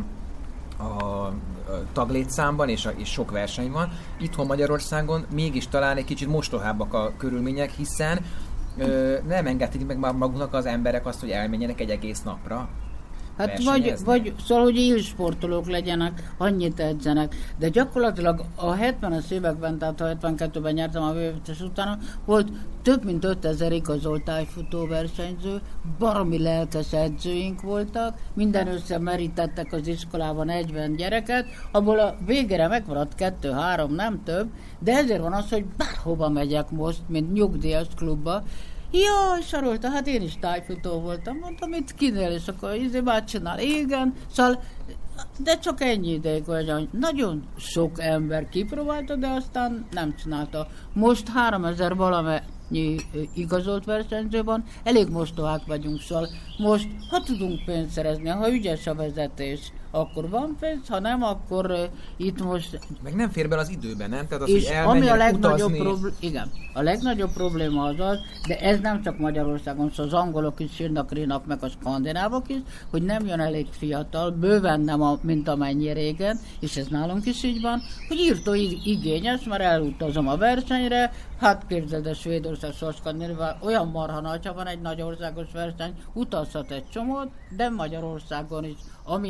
a taglétszámban, és, a, és sok verseny van. Itthon Magyarországon mégis talán egy kicsit mostohábbak a körülmények, hiszen ö, nem engedhetik meg maguknak az emberek azt, hogy elmenjenek egy egész napra. Hát vagy, vagy szóval, hogy élsportolók legyenek, annyit edzenek, de gyakorlatilag a hetvenes években, tehát a hetvenkettőben nyertem a vé vé té-s utána, volt több mint ötezer igazolt tájfutó versenyző, baromi lelkes edzőink voltak, minden össze merítettek az iskolában negyven gyereket, abból a végére megmaradt kettő-három, nem több, de ezért van az, hogy bárhova megyek most, mint nyugdíjas klubba. Jaj, Sarolta, hát én is tájfutó voltam, mondtam, mit kinél, és akkor izé már csinál, igen, szóval, de csak ennyi ideig, hogy nagyon sok ember kipróbálta, de aztán nem csinálta. Most háromezer valamennyi igazolt versenyző van, elég mostohák vagyunk, szóval most, ha tudunk pénzt szerezni, ha ügyes a vezetés, akkor van pénz, ha nem, akkor uh, itt most... Meg nem fér bele az időben, nem? Tehát az, és hogy ami a legnagyobb utazni... probléma, igen, a legnagyobb probléma az az, de ez nem csak Magyarországon, szóval az angolok is jönnek, rínak, meg a skandinávok is, hogy nem jön elég fiatal, bőven nem, a, mint amennyi régen, és ez nálunk is így van, hogy írtó igényes, mert elutazom a versenyre, hát képzeld a Svédország, szóval Skandinávia, olyan marha nagy, ha van egy nagy országos verseny, utazhat egy csomót, de Magyarországon is, amilyen a közlekedés,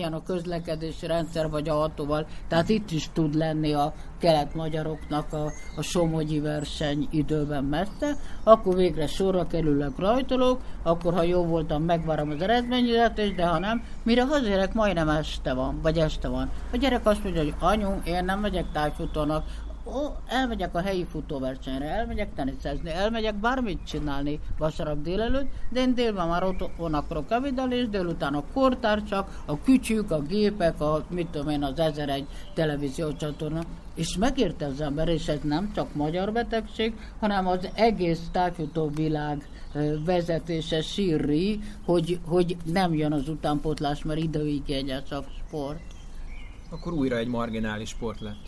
közlekedési rendszer vagy autóval, tehát itt is tud lenni a kelet-magyaroknak a, a somogyi verseny időben messze, akkor végre sorra kerülök, rajtolok, akkor ha jó voltam, megvárom az eredményületést, de ha nem, mire hazérek, majdnem este van, vagy este van. A gyerek azt mondja, hogy anyu, én nem megyek tájfutónak, Ó, elmegyek a helyi futóversenyre, elmegyek teniszezni, elmegyek bármit csinálni vasárnap délelőtt, de én délben már otthon akarok evidalni, és délután a kortársak, a kütyük, a gépek, a mit tudom én, az ezeregy televíziócsatorna. És megérte az ember, és ez nem csak magyar betegség, hanem az egész tájfutó világ vezetése sírri, hogy, hogy nem jön az utánpótlás, mert időigényes a sport. Akkor újra egy marginális sport lett.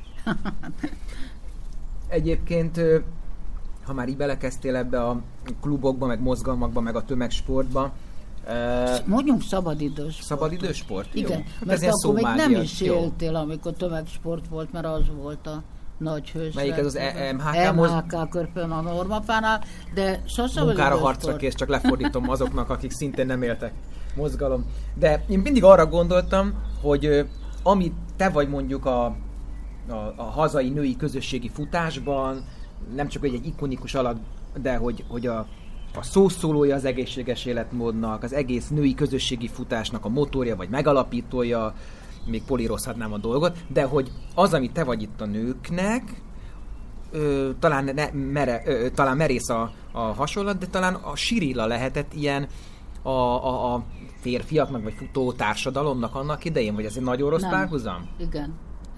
Egyébként, ha már így belekezdtél ebbe a klubokba, meg mozgalmakba, meg a tömegsportba. Mondjunk szabadidős sport. Szabadidős sport? Igen, jó. mert akkor még nem is éltél, amikor tömegsport volt, mert az volt a nagy hős. Melyik ez az em há ká? em há ká körpön a Normafánál, de sosem munkára harcra kész, csak lefordítom azoknak, akik szintén nem éltek mozgalom. De én mindig arra gondoltam, hogy amit te vagy mondjuk a A, a hazai női közösségi futásban, nem csak egy, egy ikonikus alak, de hogy, hogy a, a szószólója az egészséges életmódnak, az egész női közösségi futásnak a motorja vagy megalapítója, még polírozhatnám a dolgot, de hogy az, amit te vagy itt a nőknek, ö, talán, ne, mere, ö, talán merész a, a hasonlat, de talán a Sirilla lehetett ilyen a, a, a férfiaknak vagy futó társadalomnak annak idején, vagy ez egy nagyon rossz párhuzam? Igen.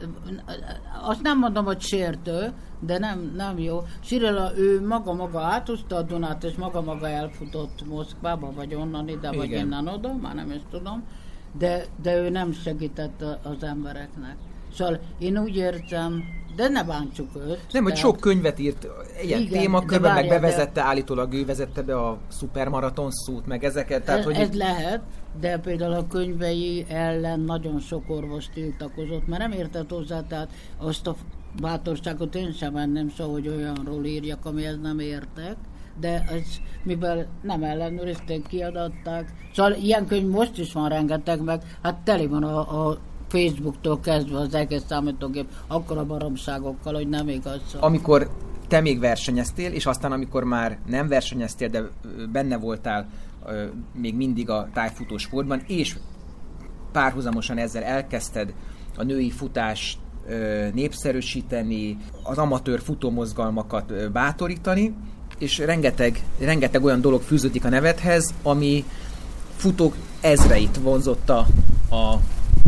Azt nem mondom, hogy sértő, de nem, nem jó. Sirilla, ő maga-maga átúzta a Dunát, és maga-maga elfutott Moszkvába, vagy onnan ide, igen, vagy innen oda, már nem is tudom, de, de ő nem segített az embereknek. Szóval én úgy értem, de ne bántsuk őt. Nem, hogy sok könyvet írt ilyen témakörben, meg bevezette, de állítólag ő vezette be a szupermaraton szót, meg ezeket. Tehát, ez, hogy ez lehet, de például a könyvei ellen nagyon sok orvos tiltakozott, mert nem értett hozzá, tehát azt a bátorságot én sem vennem szó, hogy olyanról írjak, amihez nem értek, de ez, mivel nem ellenőrizték, kiadatták. Szóval ilyen könyv most is van rengeteg, meg hát teli van a, a Facebooktól kezdve az egész számítógép akkora baromságokkal, hogy nem igaz. Amikor te még versenyeztél, és aztán amikor már nem versenyeztél, de benne voltál még mindig a tájfutó sportban, és párhuzamosan ezzel elkezdted a női futást népszerűsíteni, az amatőr futómozgalmakat bátorítani, és rengeteg, rengeteg olyan dolog fűződik a nevedhez, ami futók ezreit vonzotta a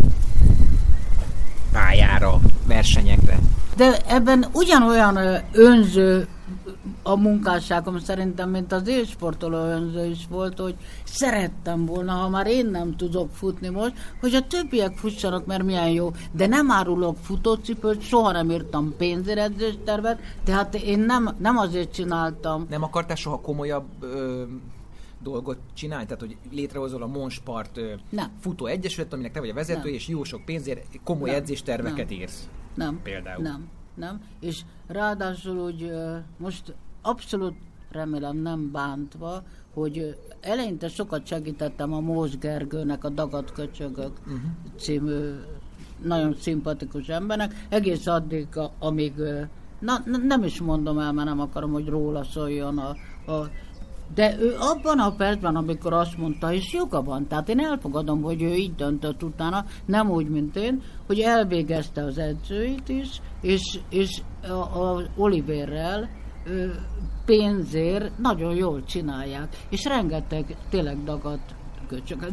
pályára, versenyekre. De ebben ugyanolyan önző a munkásságom szerintem, mint az élsportoló önző is volt, hogy szerettem volna, ha már én nem tudok futni most, hogy a többiek fussanak, mert milyen jó, de nem árulok futócipőt, soha nem írtam pénzéredzéstervet, tehát én nem, nem azért csináltam. Nem akartál soha komolyabb ö, dolgot csinálni? Tehát, hogy létrehozol a Monspart futó egyesület, aminek te vagy a vezető, nem. És jó sok pénzért komoly nem. edzésterveket nem. írsz. Nem. Például. Nem. Nem. És ráadásul úgy most abszolút remélem nem bántva, hogy eleinte sokat segítettem a Mós Gergőnek, a Dagadt Köcsögök uh-huh. című nagyon szimpatikus embernek, egész addig, amíg na, nem is mondom el, mert nem akarom, hogy róla szóljon a, a de ő abban a percben, amikor azt mondta, és joga van, tehát én elfogadom, hogy ő így döntött utána, nem úgy, mint én, hogy elvégezte az edzőit is, és, és a, a Oliverrel pénzért nagyon jól csinálják, és rengeteg tényleg Dagadt Köcsög,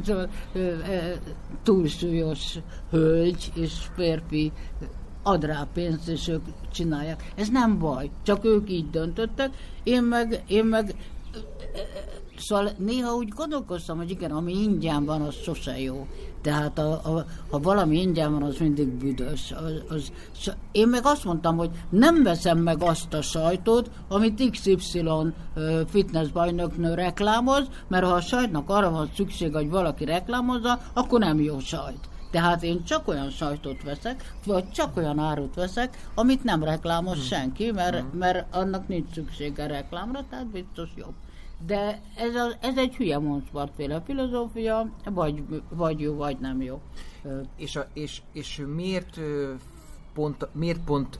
túlsúlyos hölgy és férfi ad rá pénzt, és ők csinálják. Ez nem baj, csak ők így döntöttek, én meg, én meg szóval néha úgy gondolkoztam, hogy igen, ami ingyen van, az sose jó. Tehát a, a, ha valami ingyen van, az mindig büdös. Az, az, én meg azt mondtam, hogy nem veszem meg azt a sajtot, amit iksz ipszilon fitnessbajnoknő reklámoz, mert ha a sajtnak arra van szükség, hogy valaki reklámozza, akkor nem jó sajt. Tehát én csak olyan sajtot veszek, vagy csak olyan árut veszek, amit nem reklámoz senki, mert, mert annak nincs szüksége reklámra, tehát biztos jobb. De ez, a, ez egy hülye Monspart-féle filozófia, vagy, vagy jó, vagy nem jó. És, a, és, és miért, pont, miért pont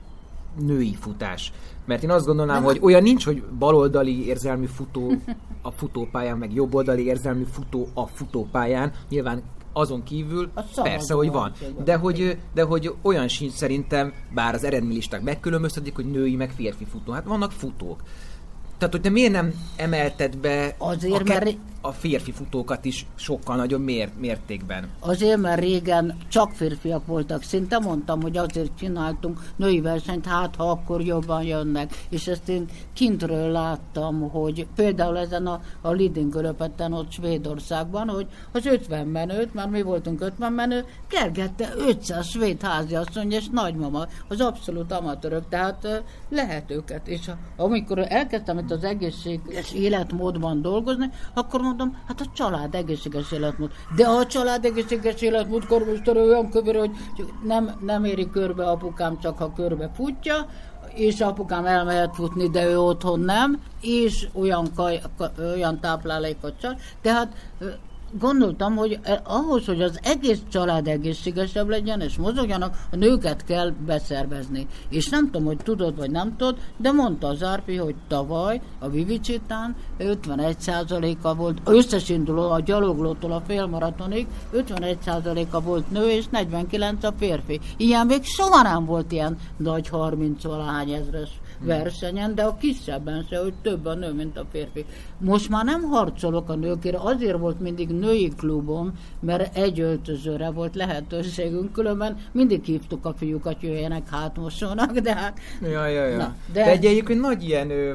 női futás? Mert én azt gondolnám, hogy olyan nincs, hogy baloldali érzelmű futó a futópályán, meg jobboldali érzelmű futó a futópályán. Nyilván azon kívül persze, hogy van. De hogy, de hogy olyan sincs szerintem, bár az eredménylisták megkülönböztetik, hogy női meg férfi futó. Hát vannak futók. Tehát, hogy te miért nem emelted be azért, a, ke- mert... a férfi futókat is sokkal nagyobb mér- mértékben? Azért, mert régen csak férfiak voltak. Szinte mondtam, hogy azért csináltunk női versenyt, hát ha akkor jobban jönnek. És ezt én kintről láttam, hogy például ezen a, a Lidingö-löpetten ott Svédországban, hogy az ötven menőt, már mi voltunk ötven menő, kergette ötszáz svéd háziasszony és nagymama, az abszolút amatőrök, tehát lehet őket. És amikor elkezdtem az egészséges életmódban dolgozni, akkor mondom, hát a család egészséges életmód. De a család egészséges életmódkor most olyan kövér, hogy nem, nem éri körbe apukám, csak ha körbe futja, és apukám elmehet futni, de ő otthon nem, és olyan, kaj, olyan táplálékot csak. Tehát gondoltam, hogy ahhoz, hogy az egész család egészségesebb legyen, és mozogjanak, a nőket kell beszervezni. És nem tudom, hogy tudod, vagy nem tudod, de mondta az Árpi, hogy tavaly a Vivicsitán ötvenegy százaléka volt, összesinduló a gyaloglótól a félmaratonig, ötvenegy százaléka volt nő, és negyvenkilenc a férfi. Ilyen még soha nem volt ilyen nagy harminc-valahány ezres versenyen, de a kisebben se, hogy több a nő, mint a férfi. Most már nem harcolok a nőkért, azért volt mindig női klubom, mert egy öltözőre volt lehetőségünk, különben mindig hívtuk a fiúkat, jöjjenek hátmosónak, de hát... Ja, ja, ja. Na, de... de egy egyébként nagy ilyen ö,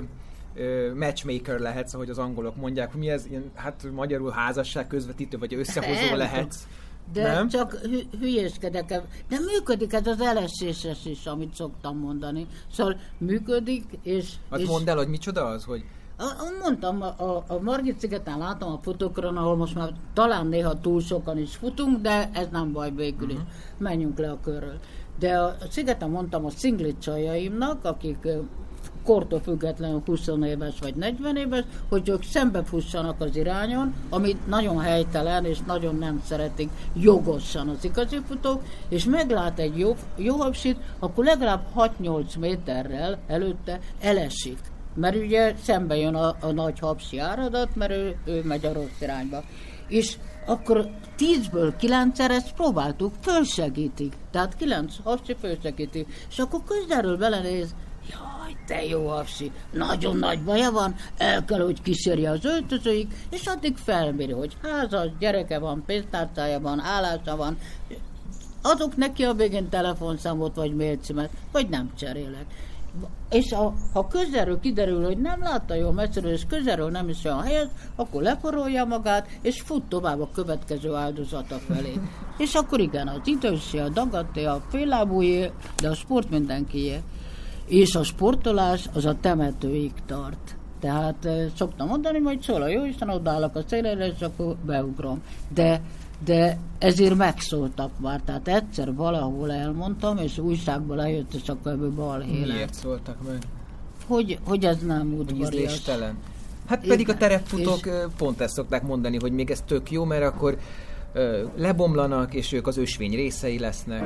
ö, matchmaker lehetsz, ahogy az angolok mondják, mi ez, ilyen, hát magyarul házasság közvetítő, vagy összehozó lehetsz. De nem? Csak hü- hülyéskedek. De működik ez az eleséses is, amit szoktam mondani. Szóval működik, és... Hát és mondd el, hogy micsoda az, hogy... Mondtam, a, a, a Margit szigeten látom a futókron, ahol most már talán néha túl sokan is futunk, de ez nem baj végül is. Uh-huh. Menjünk le a körről. De a, a szigeten mondtam a szinglit csajaimnak, akik kortól függetlenül húsz éves vagy negyven éves, hogy ők szembe fussanak az irányon, amit nagyon helytelen és nagyon nem szeretik jogosan az igazi futók, és meglát egy jó, jó habsit, akkor legalább hat-nyolc méterrel előtte elesik. Mert ugye szembe jön a, a nagy habsi áradat, mert ő, ő megy a rossz irányba. És akkor tízből kilencszer ezt próbáltuk, fölsegítik. Tehát kilenc habsi fölsegítik. És akkor közelről belenéz, jaj, te jó habsi, nagyon nagy baja van, el kell, hogy kísérje az öltözőig, és addig felméri, hogy házas, gyereke van, pénztárcája van, állása van, adok neki a végén telefonszámot, vagy mailcímet, vagy nem cserélek. És a, ha közelről kiderül, hogy nem látta jól messziről, és közelről nem is olyan helyez, akkor leporolja magát, és fut tovább a következő áldozata felé. És akkor igen, az idősé, a dagadté, a féllábújé, de a sport mindenkié. És a sportolás az a temetőig tart. Tehát szoktam mondani, hogy szól a jóisten, odaállok a szélére, és akkor beugrom. De de ezért megszóltak már. Tehát egyszer valahol elmondtam, és újságból lejött, és akkor ebből balhé lett. Miért szóltak meg? Hogy, hogy ez nem udvarias. Hát pedig a terepfutók és... pont ezt szokták mondani, hogy még ez tök jó, mert akkor ö, lebomlanak, és ők az ösvény részei lesznek.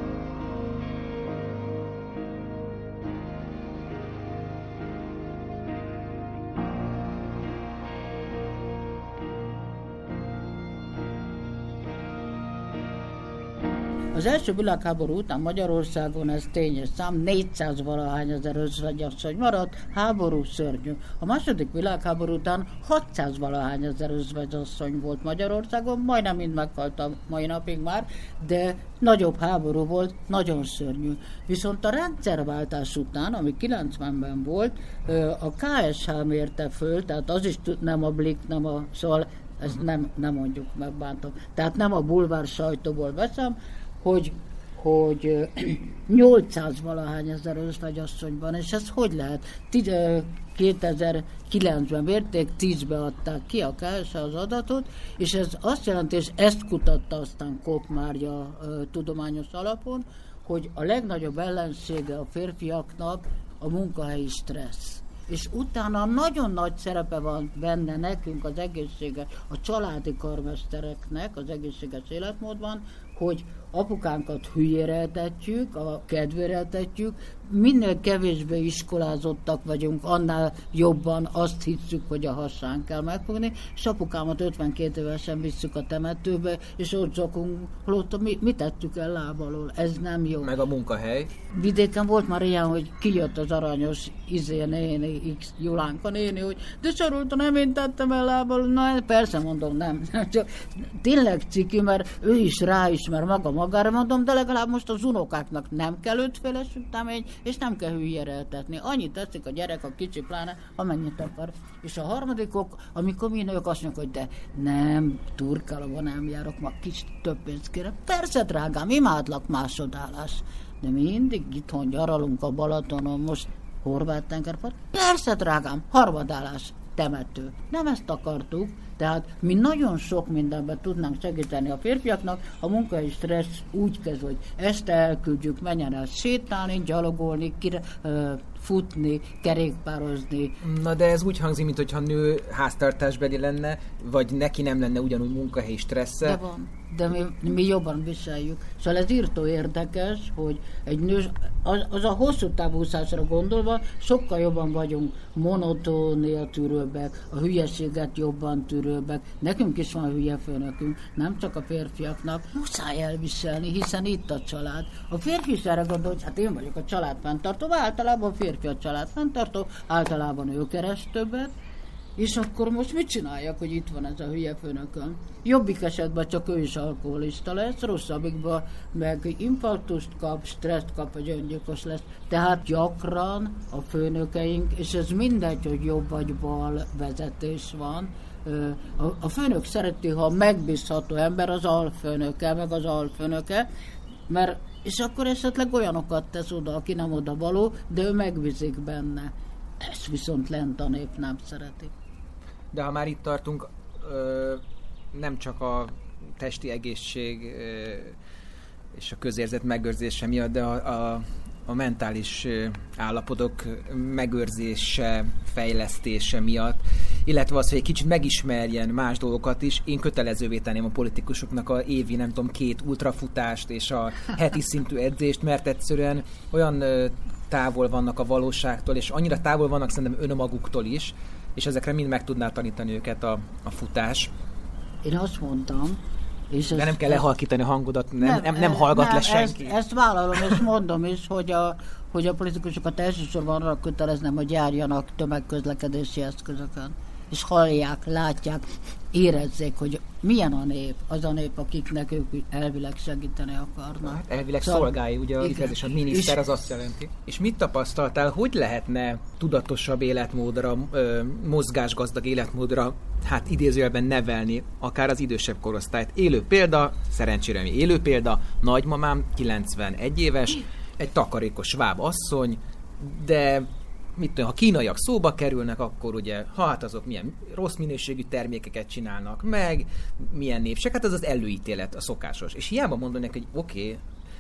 Az első világháború után Magyarországon ez tényes szám, négyszáz valahány ezer özvegyasszony maradt, háború szörnyű. A második világháború után hatszáz valahány ezer özvegyasszony volt Magyarországon, majdnem mind meghalt a mai napig már, de nagyobb háború volt, nagyon szörnyű. Viszont a rendszerváltás után, ami kilencvenben volt, a ká es há mérte föl, tehát az is nem a Blik, nem a... Szóval ezt nem, nem mondjuk, megbántom. Tehát nem a bulvár sajtóból veszem, hogy, hogy nyolcszáz valahány ezer özvegyasszonyban, és ez hogy lehet? kétezer-kilencben mérték, tízbe adták ki a ká es há az adatot, és ez azt jelenti, és ezt kutatta aztán Kopp Mária tudományos alapon, hogy a legnagyobb ellensége a férfiaknak a munkahelyi stressz. és utána nagyon nagy szerepe van benne nekünk az egészséges, a családi karmestereknek az egészséges életmódban, hogy apukánkat hülyére etetjük, a kedvére etetjük, minél kevésbé iskolázottak vagyunk, annál jobban azt hiszük, hogy a hasán kell megfogni, és apukámat ötvenkét évesen visszük a temetőbe, és ott zokunk, holott mi, mit tettük el lábalól, ez nem jó. Meg a munkahely. Vidéken volt már ilyen, hogy kijött az aranyos izé néni, X Julánka néni, hogy de Sarolta, nem én tettem el lábalól, na persze mondom, nem, nem csak tényleg ciki, mert ő is ráismer maga magára, mondom, de legalább most az unokáknak nem kell ötféle sütemény, és nem kell hülyére eltetni. Annyit teszik a gyerek, a kicsi pláne, amennyit akar. És a harmadikok, amikor mi nők azt mondjuk, hogy de nem, Turkálóba nem járok, ma kicsit több pénzt kérem. Persze, drágám, imádlak másodállás. De mi mindig itthon gyaralunk a Balatonon, most Horváth tengerpart. Persze, drágám, harmadállás, temető. Nem ezt akartuk, tehát mi nagyon sok mindenben tudnánk segíteni a férfiaknak, a munkai stressz úgy kezd, hogy este elküldjük, menjen el sétálni, gyalogolni, kire, uh, futni, kerékpározni. Na de ez úgy hangzik, mintha nő háztartásbeli lenne, vagy neki nem lenne ugyanúgy munkahelyi stressze. De van, de mi, mi jobban viseljük. Szóval ez írtó érdekes, hogy egy nő, az, az a hosszú távúszásra gondolva, sokkal jobban vagyunk monotónia tűrőbbek, a hülyeséget jobban tűrőbbek. Nekünk is van hülye főnökünk, nem csak a férfiaknak. Muszáj elviselni, hiszen itt a család. A férfi is erre gondol, hogy hát én vagyok a család fenntartó, általában a férfi a család fenntartó, általában ő keres többet, és akkor most mit csináljak, hogy itt van ez a hülye főnököm? Jobbik esetben csak ő is alkoholista lesz, rosszabbikban meg infarktust kap, stresszt kap, vagy öngyilkos lesz. Tehát gyakran a főnökeink, és ez mindegy, hogy jobb vagy bal vezetés van, a, a főnök szereti, ha megbízható ember az alfőnöke, meg az alfőnöke, mert és akkor esetleg olyanokat tesz oda, aki nem oda való, de ő megbízik benne. Ezt viszont lent a nép nem szereti. De ha már itt tartunk, ö, nem csak a testi egészség ö, és a közérzet megőrzése miatt, de a, a, a mentális állapotok megőrzése, fejlesztése miatt, illetve az, hogy egy kicsit megismerjen más dolgokat is. Én kötelezővé tenném a politikusoknak a évi, nem tudom, két ultrafutást és a heti szintű edzést, mert egyszerűen olyan távol vannak a valóságtól, és annyira távol vannak szerintem önmaguktól is, és ezekre mind meg tudná tanítani őket a, a futás. Én azt mondtam, és de ez, nem kell ez, lehalkítani a hangodat, nem, nem, nem, nem hallgat nem, le senki. Ezt, ezt vállalom, és mondom is, hogy a, hogy a politikusokat elsősorban arra köteleznem, hogy járjanak tömegközlekedési eszközökön. És hallják, látják, érezzék, hogy milyen a nép, az a nép, akiknek ők elvileg segíteni akarnak. Hát elvileg szóval, szolgálja, ugye a kifejezés, a miniszter az azt jelenti. És mit tapasztaltál, hogy lehetne tudatosabb életmódra, mozgásgazdag életmódra, hát idézőjelben nevelni, akár az idősebb korosztályt? Élő példa, szerencsére mi élő példa, nagymamám, kilencvenegy éves, egy takarékos sváb asszony, de mit tudom, ha kínaiak szóba kerülnek, akkor ugye, ha hát azok milyen rossz minőségű termékeket csinálnak meg, milyen népsek, hát ez az előítélet, a szokásos. És hiába mondom neki, hogy oké, okay,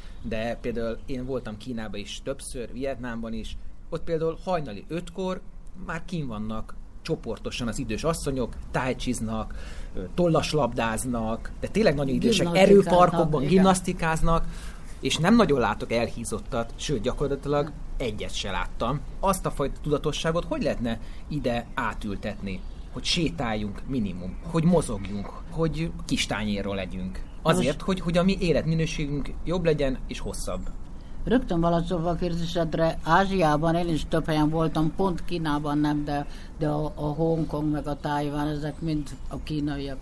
de például én voltam Kínában is többször, Vietnámban is, ott például hajnali ötkor már kín vannak csoportosan az idős asszonyok, tájcsiznak, tollaslabdáznak, de tényleg nagyon idősek, erőparkokban gimnasztikáznak, és nem nagyon látok elhízottat, sőt, gyakorlatilag egyet se láttam. Azt a fajta tudatosságot hogy lehetne ide átültetni? Hogy sétáljunk minimum, hogy mozogjunk, hogy kis tányérról legyünk. Azért, hogy, hogy a mi életminőségünk jobb legyen és hosszabb. Rögtön válaszolva a kérdésedre, Ázsiában én is több helyen voltam, pont Kínában nem, de, de a, a Hongkong meg a Tájván, ezek mind a kínaiak.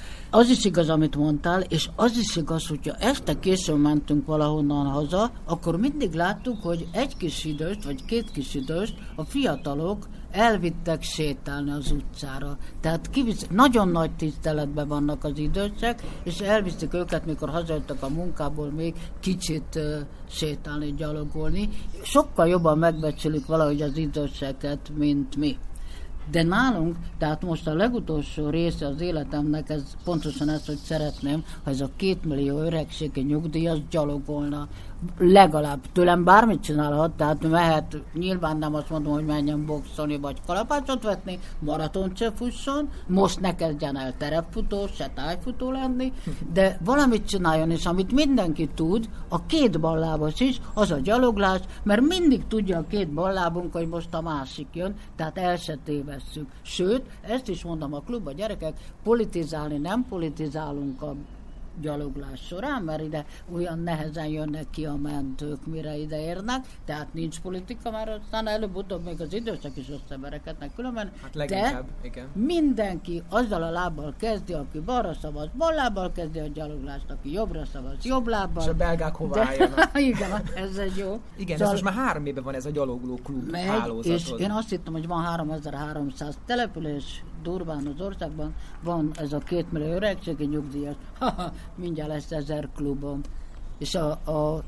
Az is igaz, amit mondtál, és az is igaz, hogyha este későn mentünk valahonnan haza, akkor mindig láttuk, hogy egy kis időst, vagy két kis időst a fiatalok elvittek sétálni az utcára. Tehát kivisz, nagyon nagy tiszteletben vannak az idősek, és elviszik őket, mikor hazajöttek a munkából még kicsit uh, sétálni, gyalogolni. Sokkal jobban megbecsülik valahogy az időseket, mint mi. De nálunk, tehát most a legutolsó része az életemnek, ez pontosan ez, hogy szeretném, ha ez a két millió öregségi nyugdíjas gyalogolna legalább tőlem bármit csinálhat, tehát mehet, nyilván nem azt mondom, hogy menjen boxolni, vagy kalapácsot vetni, maratont se fusson, most ne kezdjen el terepfutó, se tájfutó lenni, de valamit csináljon, és amit mindenki tud, a két ballábos is, az a gyaloglás, mert mindig tudja a két ballábunk, hogy most a másik jön, tehát el se tévesszük. Sőt, ezt is mondom a klubba, gyerekek, politizálni nem politizálunk a gyaloglás során, mert ide olyan nehezen jönnek ki a mentők, mire ide érnek, tehát nincs politika, mert aztán előbb-utóbb még az idősek is összeverekednek különben, hát de igen. Mindenki azzal a lábbal kezdi, aki balra szavaz, bal lábbal kezdi a gyaloglást, aki jobbra szavaz, jobb lábbal. És a belgák hová álljanak. Igen, ez egy jó. Igen, szóval ez most már három éve van ez a gyalogló klub megy, hálózat. És én azt hittem, hogy van háromezer-háromszáz település durván az országban, van ez a két millió öregségi nyugdíjas, mindjárt lesz ezer klubom. És a, a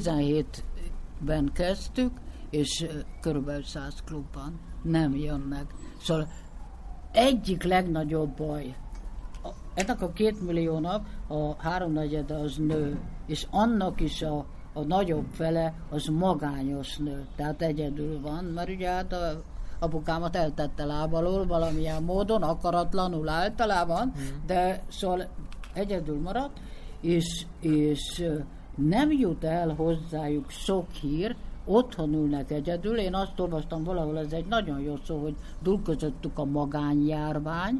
tizenhétben kezdtük, és körülbelül száz klubban nem jönnek. Szóval egyik legnagyobb baj, ennek a két milliónak a háromnegyede az nő, és annak is a, a nagyobb fele az magányos nő, tehát egyedül van, mert ugye hát a apukámat eltette lábalól valamilyen módon, akaratlanul általában, hmm. de szóval egyedül maradt, és, és nem jut el hozzájuk sok hír, otthon ülnek egyedül. Én azt olvastam valahol, ez egy nagyon jó szó, hogy dúl közöttük a magánjárvány,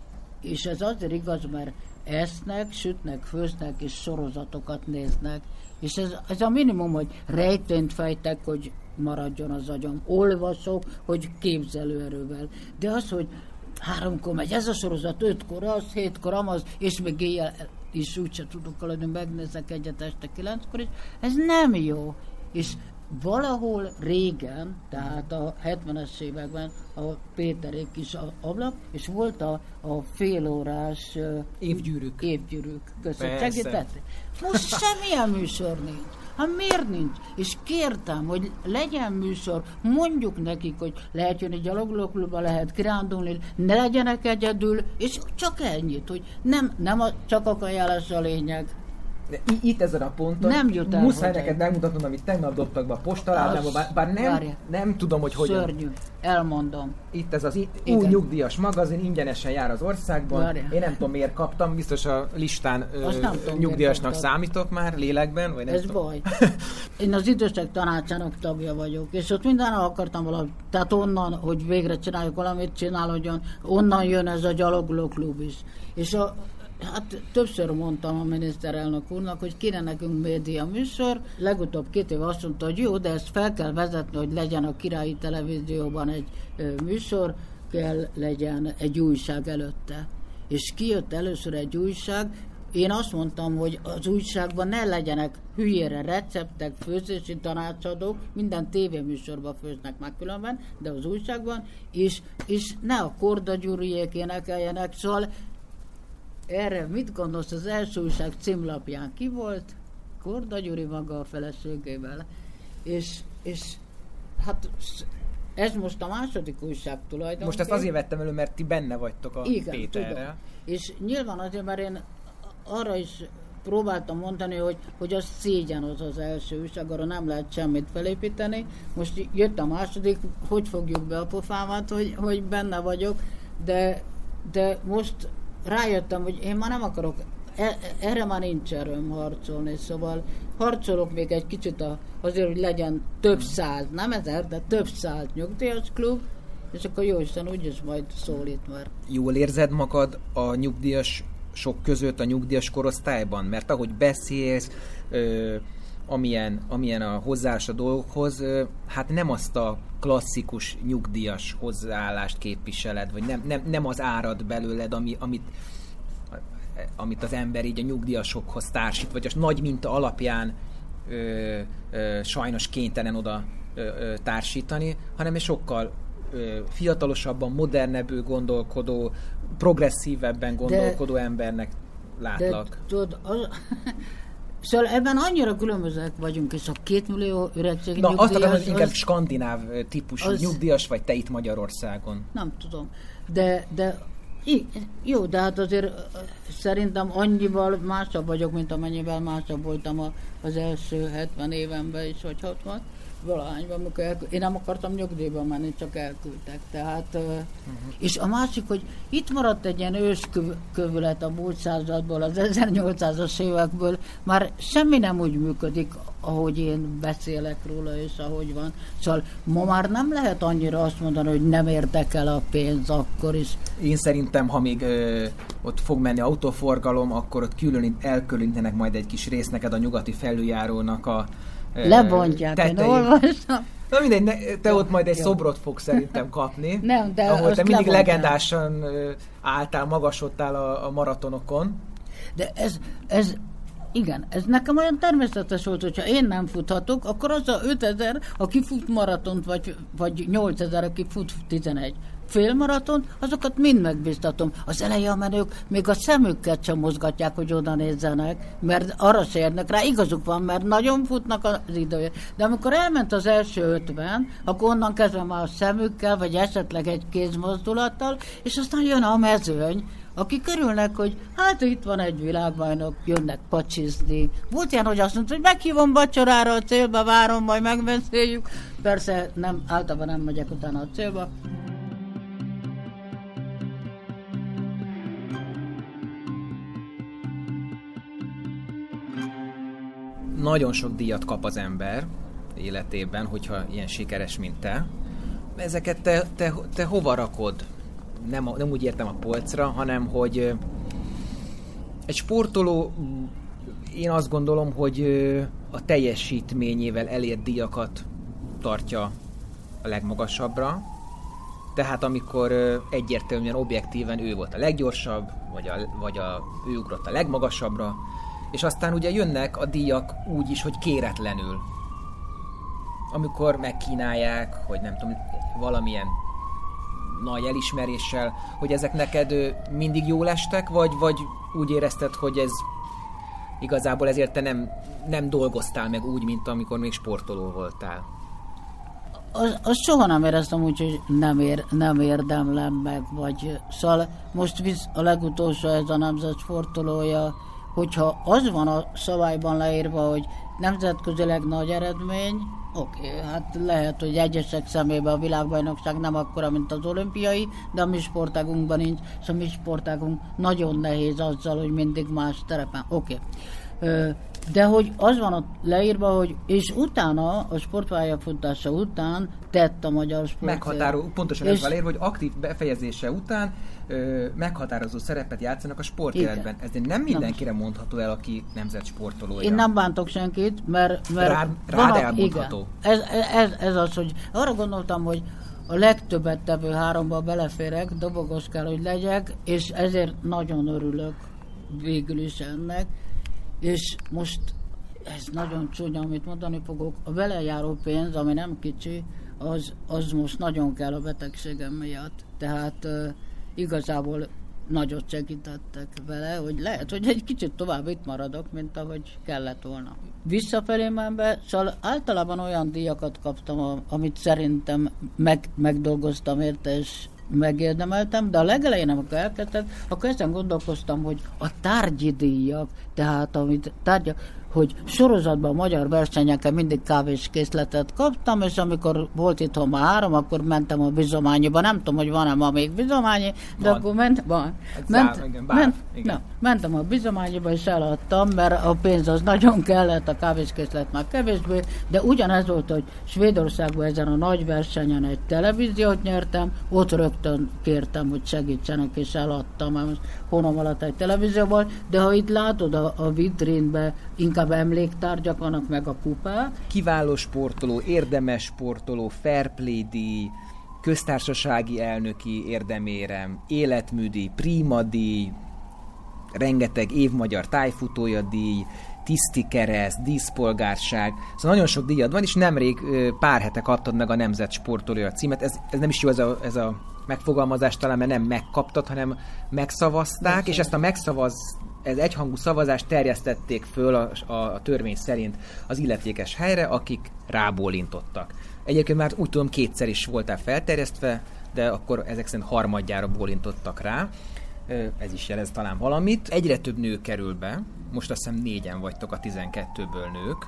és ez azért igaz, mert esznek, sütnek, főznek, és sorozatokat néznek. És ez, ez a minimum, hogy rejtényt fejtek, hogy maradjon az agyam. Olvasok, hogy képzelőerővel. De az, hogy háromkor megy ez a sorozat, ötkor az, hétkor amaz, és még éjjel is úgyse tudok aladni, megnézek egyet este kilenckor is, ez nem jó. És valahol régen, tehát a hetvenes években a Péterék is a ablak, és volt a, a félórás uh, évgyűrűk. Évgyűrűk. Köszönöm, segítettek. Most semmilyen műsor nincs. Hát miért nincs? És kértem, hogy legyen műsor, mondjuk nekik, hogy lehet jönni gyaloglóklubba, lehet kirándulni, ne legyenek egyedül, és csak ennyit, hogy nem, nem a, csak a kajálás a lényeg. De itt ezen a ponton nem jut el, muszáj neked megmutatnom, amit tegnap dobtak be a postaládába, bár, bár nem, nem tudom, hogy hogyan. Szörnyű, elmondom. Itt ez az itt, új nyugdíjas magazin, ingyenesen jár az országban. Várja. Én nem tudom, miért kaptam, biztos a listán ö, tudom, nyugdíjasnak számítok már, lélekben. Vagy nem ez tudom. baj. Én az idősek tanácsának tagja vagyok, és ott mindenhol akartam valamit, tehát onnan, hogy végre csináljuk valamit, csinálódjon, onnan jön ez a gyaloglóklub is. És a Hát többször mondtam a miniszterelnök úrnak, hogy kéne nekünk média műsor. Legutóbb két év azt mondta, hogy jó, de ezt fel kell vezetni, hogy legyen a Királyi Televízióban egy ö, műsor, kell legyen egy újság előtte. És kijött először egy újság, én azt mondtam, hogy az újságban ne legyenek hülyére receptek, főzési tanácsadók, minden tévéműsorban főznek meg különben, de az újságban, és, és ne a Korda Gyuriék énekeljenek, szóval erre mit gondolsz, az első újság címlapján ki volt? Korda Gyuri maga a feleségével. És, és hát ez most a második újság tulajdonképpen. Most ezt azért vettem elő, mert ti benne vagytok a igen, Péterrel. Tudom. És nyilván azért, mert én arra is próbáltam mondani, hogy, hogy az szégyen az az első újság, arra nem lehet semmit felépíteni. Most jött a második, hogy fogjuk be a pofámat, hogy, hogy benne vagyok, de, de most rájöttem, hogy én már nem akarok, erre már nincs erőm harcolni, szóval harcolok még egy kicsit a, azért, hogy legyen több száz, nem ezer, de több száz nyugdíjas klub, és akkor jó Isten úgyis majd szólít már. Jól érzed magad a nyugdíjas sok között, a nyugdíjas korosztályban? Mert ahogy beszélsz, ö, amilyen, amilyen a hozzáállás a dolgokhoz, ö, hát nem azt a klasszikus nyugdíjas hozzáállást képviseled, vagy nem, nem, nem az árad belőled, ami, amit, amit az ember így a nyugdíjasokhoz társít, vagy a nagy minta alapján ö, ö, sajnos kénytelen oda ö, ö, társítani, hanem egy sokkal ö, fiatalosabban, modernebbül gondolkodó, progresszívebben gondolkodó de, embernek látlak. De tudod, az... Szóval ebben annyira különbözőek vagyunk, és a két millió öregség Na, nyugdíjas... azt akarom, hogy inkább az, skandináv típusú az, nyugdíjas vagy te itt Magyarországon. Nem tudom. De, de I, jó, de hát azért szerintem annyival másabb vagyok, mint amennyivel másabb voltam a, az első hetven évenben is, vagy hatvan valahányban, amikor elkü- én nem akartam nyugdíjba menni, csak elküldtek. Tehát, uh-huh. És a másik, hogy itt maradt egy ilyen őskövület a múlt századból, az ezernyolcszázas évekből, már semmi nem úgy működik, ahogy én beszélek róla, és ahogy van. Szóval ma már nem lehet annyira azt mondani, hogy nem érdekel a pénz akkor is. Én szerintem, ha még ö, ott fog menni autóforgalom, akkor ott külön elkülönítenek majd egy kis részt neked a nyugati felüljárónak a Lebontják, én olvastam. Na mindegy, ne, te ott majd egy Jó. szobrot fogsz szerintem kapni, nem, de ahol te mindig lebontják. legendásan álltál, magasodtál a, a maratonokon. De ez, ez, igen, ez nekem olyan természetes volt, hogyha én nem futhatok, akkor az a ötezer, aki fut maratont, vagy, vagy nyolcezer, aki fut tizenegy félmaratont, azokat mind megbíztatom. Az eleje a menők még a szemükkel sem mozgatják, hogy oda nézzenek, mert arra se érnek rá. Igazuk van, mert nagyon futnak az idője. De amikor elment az első ötven, akkor onnan kezdve már a szemükkel, vagy esetleg egy kézmozdulattal, és aztán jön a mezőny, akik örülnek, hogy hát itt van egy világbajnok, jönnek pacsizni. Volt ilyen, hogy azt mondta, hogy meghívom vacsorára a célba, várom, majd megbeszéljük. Persze nem, általában nem megyek utána a célba. Nagyon sok díjat kap az ember életében, hogyha ilyen sikeres, mint te. Ezeket te, te, te hova rakod? Nem, nem úgy értem a polcra, hanem hogy egy sportoló, én azt gondolom, hogy a teljesítményével elért díjakat tartja a legmagasabbra. Tehát amikor egyértelműen, objektíven ő volt a leggyorsabb, vagy, a, vagy a, ő ugrott a legmagasabbra, és aztán ugye jönnek a díjak úgy is, hogy kéretlenül. Amikor megkínálják, hogy nem tudom, valamilyen nagy elismeréssel, hogy ezek neked mindig jól estek, vagy, vagy úgy érezted, hogy ez igazából ezért te nem, nem dolgoztál meg úgy, mint amikor még sportoló voltál? Az, az soha nem éreztem úgy, hogy nem, ér, nem érdemlem meg, vagy szóval most visz a legutolsó ez a nemzet sportolója, hogyha az van a szabályban leírva, hogy nemzetközileg nagy eredmény, oké, okay, hát lehet, hogy egyesek szemében a világbajnokság nem akkora, mint az olimpiai, de a mi sportágunkban nincs, és a mi sportágunk nagyon nehéz azzal, hogy mindig más terepen, oké. Okay. De hogy az van ott leírva, hogy és utána, a sportpályafutása után tett a magyar sport. Meghatározó, pontosan ez van leírva, hogy aktív befejezése után ö, meghatározó szerepet játszanak a sportéletben. Ez nem mindenkire mondható el, aki nemzet sportolója. Én nem bántok senkit, mert... mert rád rád a, elmondható. Ez, ez, ez az, hogy arra gondoltam, hogy a legtöbbet tevő háromba beleférek, dobogos kell, hogy legyek, és ezért nagyon örülök végül is ennek. És most ez nagyon csúnya, amit mondani fogok, a vele járó pénz, ami nem kicsi, az, az most nagyon kell a betegségem miatt. Tehát uh, igazából nagyot segítettek vele, hogy lehet, hogy egy kicsit tovább itt maradok, mint ahogy kellett volna. Visszafelé menve, szóval általában olyan díjakat kaptam, amit szerintem meg, megdolgoztam érte, és megérdemeltem, de a legelején, amikor elkezdtem, akkor ezen gondolkoztam, hogy a tárgyi díjak, tehát amit tárgyak, hogy sorozatban a magyar versenyeken mindig kávéskészletet kaptam, és amikor volt itthon már három, akkor mentem a bizományiba. Nem tudom, hogy van-e ma még bizományi, de van. Akkor ment, van. Ment, Zár, igen, bár, ment, igen. Na, mentem a bizományiba, és eladtam, mert a pénz az nagyon kellett, a kávéskészlet már kevésbé, de ugyanez volt, hogy Svédországban ezen a nagy versenyen egy televíziót nyertem, ott rögtön kértem, hogy segítsenek, és eladtam, mert most hónap alatt egy televízióból, de ha itt látod a, a vitrínbe, inkább emléktárgyak vannak, meg a kupák. Kiváló sportoló, érdemes sportoló, fair play díj, köztársasági elnöki érdemérem, életműdíj, prima díj, rengeteg évmagyar tájfutója díj, tiszti kereszt, díszpolgárság. Szóval nagyon sok díjad van, és nemrég pár hete kaptad meg a nemzet sportolója címet. Ez, ez nem is jó ez a, ez a megfogalmazás talán, mert nem megkaptad, hanem megszavazták, Megszavaz. És ezt a megszavaz ez egyhangú szavazást terjesztették föl a, a, a törvény szerint az illetékes helyre, akik rábólintottak. Egyébként már úgy tudom, kétszer is voltál felterjesztve, de akkor ezek szerint harmadjára bólintottak rá. ez is jelez talán valamit. Egyre több nő kerül be, most azt hiszem négyen vagytok a tizenkettőből nők.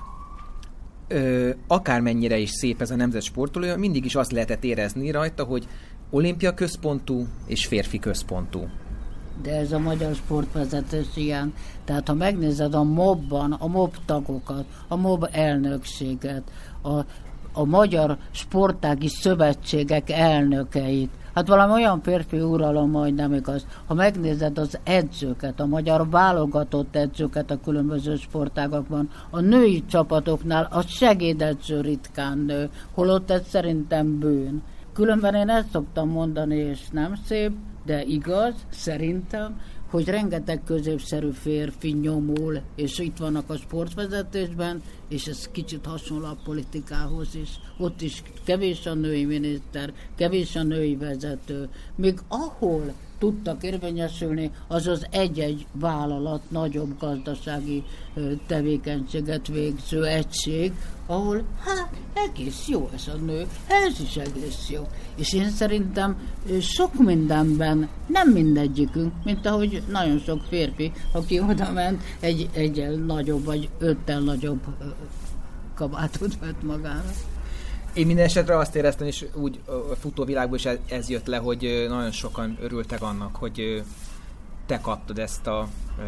Ö, akármennyire is szép ez a nemzet sportolója, mindig is azt lehetett érezni rajta, hogy olimpia központú és férfi központú. De ez a magyar sportvezetés ilyen. Tehát ha megnézed a mobban, a mob tagokat, a mob elnökséget, a, a magyar sportági szövetségek elnökeit, hát valami olyan férfi uralom, majd nem igaz. Ha megnézed az edzőket, a magyar válogatott edzőket a különböző sportágakban, a női csapatoknál a segédedző ritkán nő, holott ez szerintem bűn. Különben én ezt szoktam mondani, és nem szép, de igaz, szerintem, hogy rengeteg középszerű férfi nyomul, és itt vannak a sportvezetésben, és ez kicsit hasonló a politikához is. Ott is kevés a női miniszter, kevés a női vezető. Még ahol tudtak érvényesülni, az az egy-egy vállalat, nagyobb gazdasági tevékenységet végző egység, ahol hát egész jó ez a nő, ez is egész jó. És én szerintem sok mindenben, nem mindegyikünk, mint ahogy nagyon sok férfi, aki oda ment, egy egyel nagyobb, vagy öttel nagyobb kabátot vett magára. Én minden esetre azt éreztem, és úgy a futóvilágból is ez jött le, hogy nagyon sokan örültek annak, hogy te kaptad ezt a,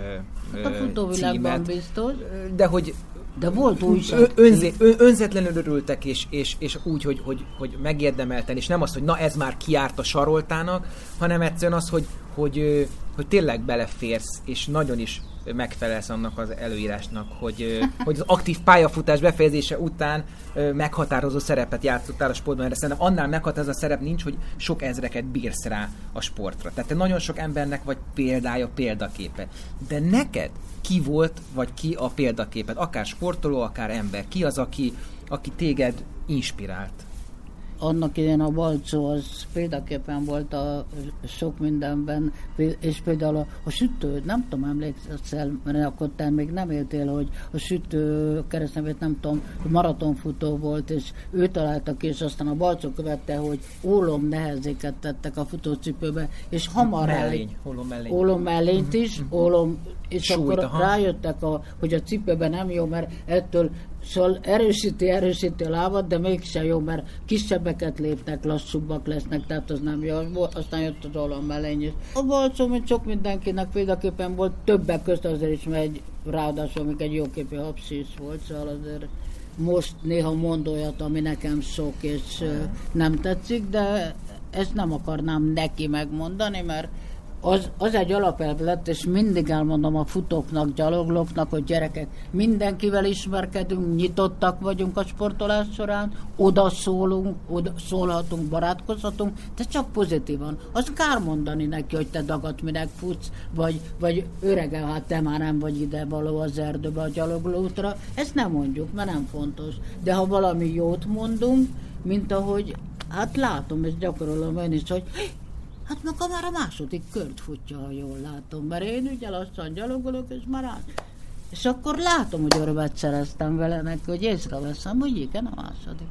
a futóvilágban biztos. De hogy de volt újság. Önzé, ön, önzetlenül örültek, és, és, és úgy, hogy, hogy, hogy megérdemelten, és nem az, hogy na ez már kiárt a Saroltának, hanem egyszerűen az, hogy, hogy, hogy tényleg beleférsz, és nagyon is megfelelsz annak az előírásnak, hogy, hogy az aktív pályafutás befejezése után meghatározó szerepet játszottál a sportban, mert szerintem annál meghatározó szerep nincs, hogy sok ezreket bírsz rá a sportra. Tehát te nagyon sok embernek vagy példája, példaképe. De neked ki volt, vagy ki a példaképed? Akár sportoló, akár ember. Ki az, aki, aki téged inspirált? Annak idején a Balczó az példaképpen volt a sok mindenben, és például a, a sütő, nem tudom, emlékszel, mert akkor te még nem éltél, hogy a sütő keresztnevét nem tudom, maratonfutó volt, és ő találta ki, és aztán a Balczó követte, hogy ólom nehezéket tettek a futócipőbe, és hamar mellény, ólom mellény. Ólom mellényt is, ólom, és Sújt, akkor aha. rájöttek, a, hogy a cipőben nem jó, mert ettől szóval erősíti, erősíti a lábat, de mégsem jó, mert kisebbeket lépnek, lassúbbak lesznek, tehát az nem jó. Aztán jött az ólom mellény is. A Balczó, mint sok mindenkinek példaképpen volt, többek közt azért is megy, ráadásul még egy jóképű hapsi is volt, szóval azért most néha mond olyat, ami nekem sok és nem tetszik, de ezt nem akarnám neki megmondani, mert Az, az egy alapelv lett, és mindig elmondom a futóknak, gyaloglóknak, hogy gyerekek, mindenkivel ismerkedünk, nyitottak vagyunk a sportolás során, oda szólunk, oda szólhatunk, barátkozhatunk, de csak pozitívan. Az kár mondani neki, hogy te dagat minek futsz, vagy, vagy örege, hát te már nem vagy ide való az erdőbe a gyaloglótra. Ezt nem mondjuk, mert nem fontos. De ha valami jót mondunk, mint ahogy, hát látom, és gyakorolom én is, hogy hát maga már a második kört futja, ha jól látom, mert én ugye lassan gyalogolok, és már át. És akkor látom, hogy örömet szereztem vele neki, hogy észreveszem, hogy igen, a második.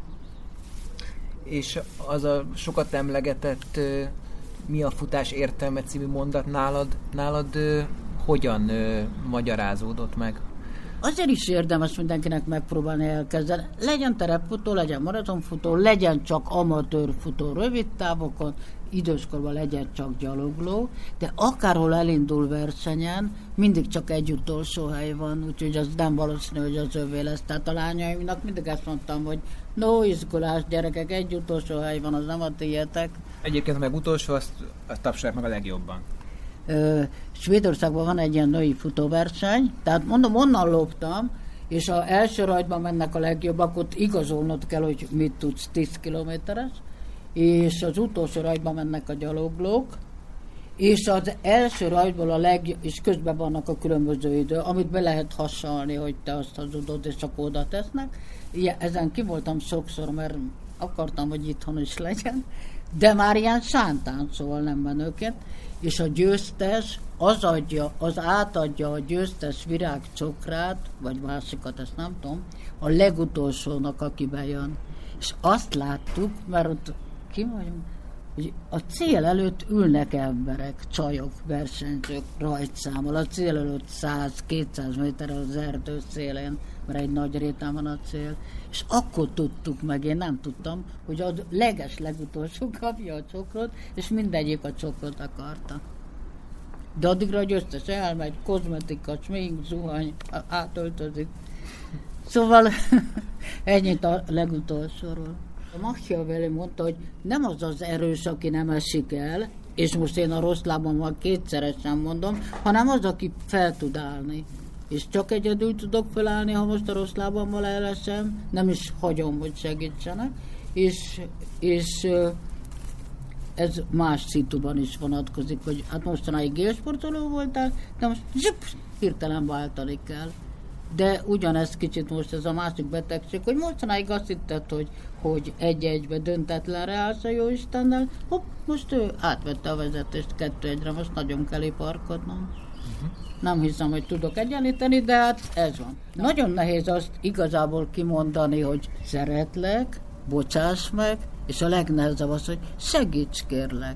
És az a sokat emlegetett uh, mi a futás értelme című mondat nálad, nálad uh, hogyan uh, magyarázódott meg? Azért is érdemes mindenkinek megpróbálni elkezdeni. Legyen terepfutó, legyen maratonfutó, legyen csak amatőr futó rövid távokon, időskorban legyen csak gyalogló, de akárhol elindul versenyen, mindig csak egy utolsó hely van, úgyhogy az nem valószínű, hogy az övé lesz. Tehát a lányaimnak mindig azt mondtam, hogy no izgulás gyerekek, egy utolsó hely van, az nem a tiétek. Egyébként meg utolsó, azt, azt tapsolják meg a legjobban. Ö, Svédországban van egy ilyen női futóverseny, tehát mondom, onnan loptam, és az első rajtban mennek a legjobbak, ott igazolnod kell, hogy mit tudsz, tíz kilométeres, és az utolsó rajtban mennek a gyaloglók, és az első rajtból a leg, és közben vannak a különböző idő, amit be lehet hasonlni, hogy te azt hazudod, és csak oda tesznek. Ilyen, ezen ki voltam sokszor, mert akartam, hogy itthon is legyen, de már ilyen sántán, szóval nem menőként, és a győztes az adja, az átadja a győztes virágcsokrát, vagy másikat, ezt nem tudom, a legutolsónak, aki bejön. És azt láttuk, mert ott ki vagyunk, hogy a cél előtt ülnek emberek, csajok, versenyzők, rajtszámmal, a cél előtt száz-kétszáz méter az erdő szélén, mert egy nagy réten van a cél, és akkor tudtuk meg, én nem tudtam, hogy a leges legutolsó kapja a csokrot, és mindegyik a csokrot akarta. De addigra, hogy összes elmegy, kozmetika, smink, zuhany, átöltözik. Szóval ennyit a legutolsóról. A Machiavelli mondta, hogy nem az az erős, aki nem esik el, és most én a rossz lábammal kétszeresen mondom, hanem az, aki fel tud állni. És csak egyedül tudok felállni, ha most a rossz lábammal elesem, nem is hagyom, hogy segítsenek. És, és ez más szituban is vonatkozik, hogy hát mostanáig élsportoló voltál, de most zsip, hirtelen váltani kell. De ugyanez kicsit most ez a másik betegség, hogy mostanáig azt hitted, hogy, hogy egy-egybe döntetlenre állsz a Jóistennel, hopp, most ő átvette a vezetést kettő-egyre, most nagyon kell iparkodnom. Uh-huh. Nem hiszem, hogy tudok egyenlíteni, de hát ez van. Na. Nagyon nehéz azt igazából kimondani, hogy szeretlek, bocsáss meg, és a legnehezebb az, hogy segíts kérlek.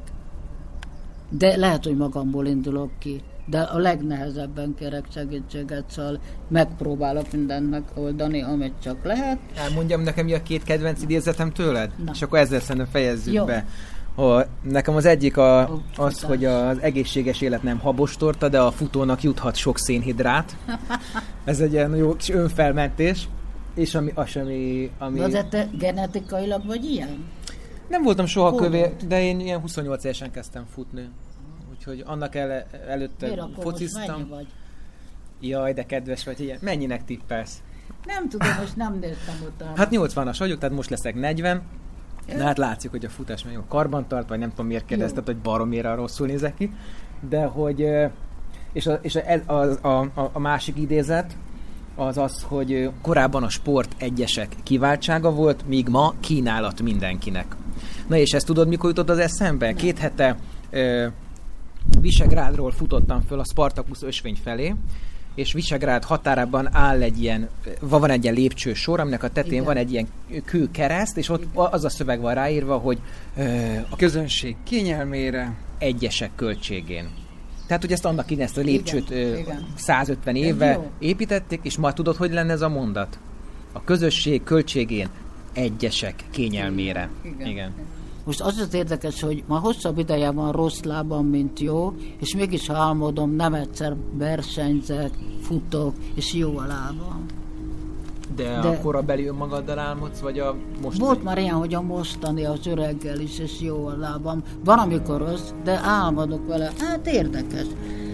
De lehet, hogy magamból indulok ki. De a legnehezebben kérek segítséget, szóval megpróbálok mindent megoldani, amit csak lehet. Elmondjam nekem, mi a két kedvenc idézetem tőled? Na. És akkor ezzel szerintem fejezzük Jó. be. Ha nekem az egyik a, az, hogy az egészséges élet nem habostorta, de a futónak juthat sok szénhidrát. Ez egy ilyen jó kis önfelmentés. És ami... Az, ami, ami... De te genetikailag vagy ilyen? Nem voltam soha Hol kövér, volt? De én ilyen huszonnyolc évesen kezdtem futni. Úgyhogy annak el, előtte Miért, fociztam. Mennyi vagy? Jaj, de kedves vagy, ilyen. Mennyinek tippelsz? Nem tudom, most nem néztem utána. Hát nyolcvanas vagyok, tehát most leszek negyven. De hát látszik, hogy a futás meg jó karban-tart, vagy nem tudom miért kérdezted, hogy baromira rosszul nézek ki. De hogy... És a, és a, a, a, a másik idézet az az, hogy korábban a sport egyesek kiváltsága volt, míg ma kínálat mindenkinek. Na és ezt tudod, mikor jutott az eszembe? Nem. Két hete... Ö, Visegrádról futottam föl a Spartacus ösvény felé, és Visegrád határában áll egy ilyen, van egy ilyen lépcsősor, aminek a tetején Igen. van egy ilyen kőkereszt, és ott Igen. az a szöveg van ráírva, hogy ö, a közönség kényelmére egyesek költségén. Tehát, hogy ezt annak ezt a lépcsőt ö, száz ötven éve építették, és ma tudod, hogy lenne ez a mondat? A közösség költségén egyesek kényelmére. Igen. Igen. Most az az érdekes, hogy már hosszabb ideje van rossz lábam, mint jó, és mégis ha álmodom, nem egyszer versenyzek, futok, és jó a lábam. De, De a korabeli önmagaddal álmodsz, vagy a mostani? Volt már ilyen, hogy a mostani, az öreggel is, és jó a lábam. Van, amikor rossz, de álmodok vele. Hát érdekes.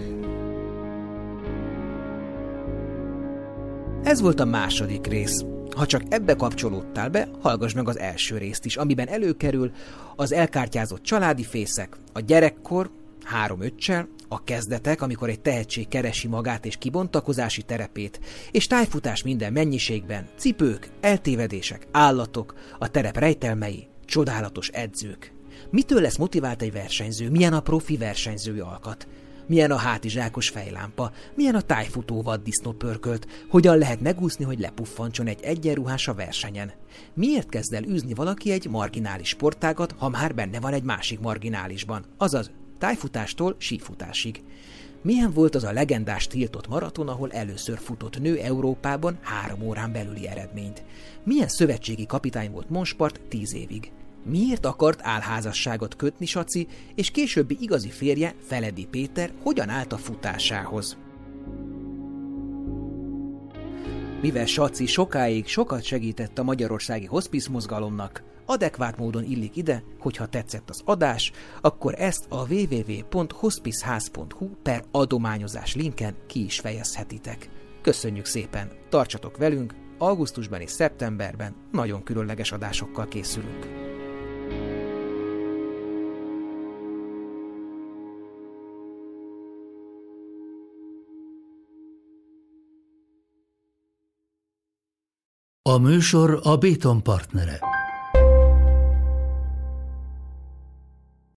Ez volt a második rész. Ha csak ebbe kapcsolódtál be, hallgass meg az első részt is, amiben előkerül az elkártyázott családi fészek, a gyerekkor, három öccsel, a kezdetek, amikor egy tehetség keresi magát és kibontakozási terepét, és tájfutás minden mennyiségben, cipők, eltévedések, állatok, a terep rejtelmei, csodálatos edzők. Mitől lesz motivált egy versenyző, milyen a profi versenyzői alkat? Milyen a hátizsákos fejlámpa, milyen a tájfutó vaddisznó pörkölt, hogyan lehet megúszni, hogy lepuffancson egy egyenruhás a versenyen. Miért kezd el űzni valaki egy marginális sportágat, ha már benne van egy másik marginálisban, azaz tájfutástól sífutásig. Milyen volt az a legendás tiltott maraton, ahol először futott nő Európában három órán belüli eredményt? Milyen szövetségi kapitány volt Monspart tíz évig? Miért akart álházasságot kötni Saci, és későbbi igazi férje, Feledi Péter hogyan állt a futásához? Mivel Saci sokáig sokat segített a magyarországi hospice mozgalomnak, adekvát módon illik ide, hogyha tetszett az adás, akkor ezt a double-u double-u double-u pont hospiceház pont hu per adományozás linken ki is fejezhetitek. Köszönjük szépen, tartsatok velünk, augusztusban és szeptemberben nagyon különleges adásokkal készülünk. A műsor a Béton partnere.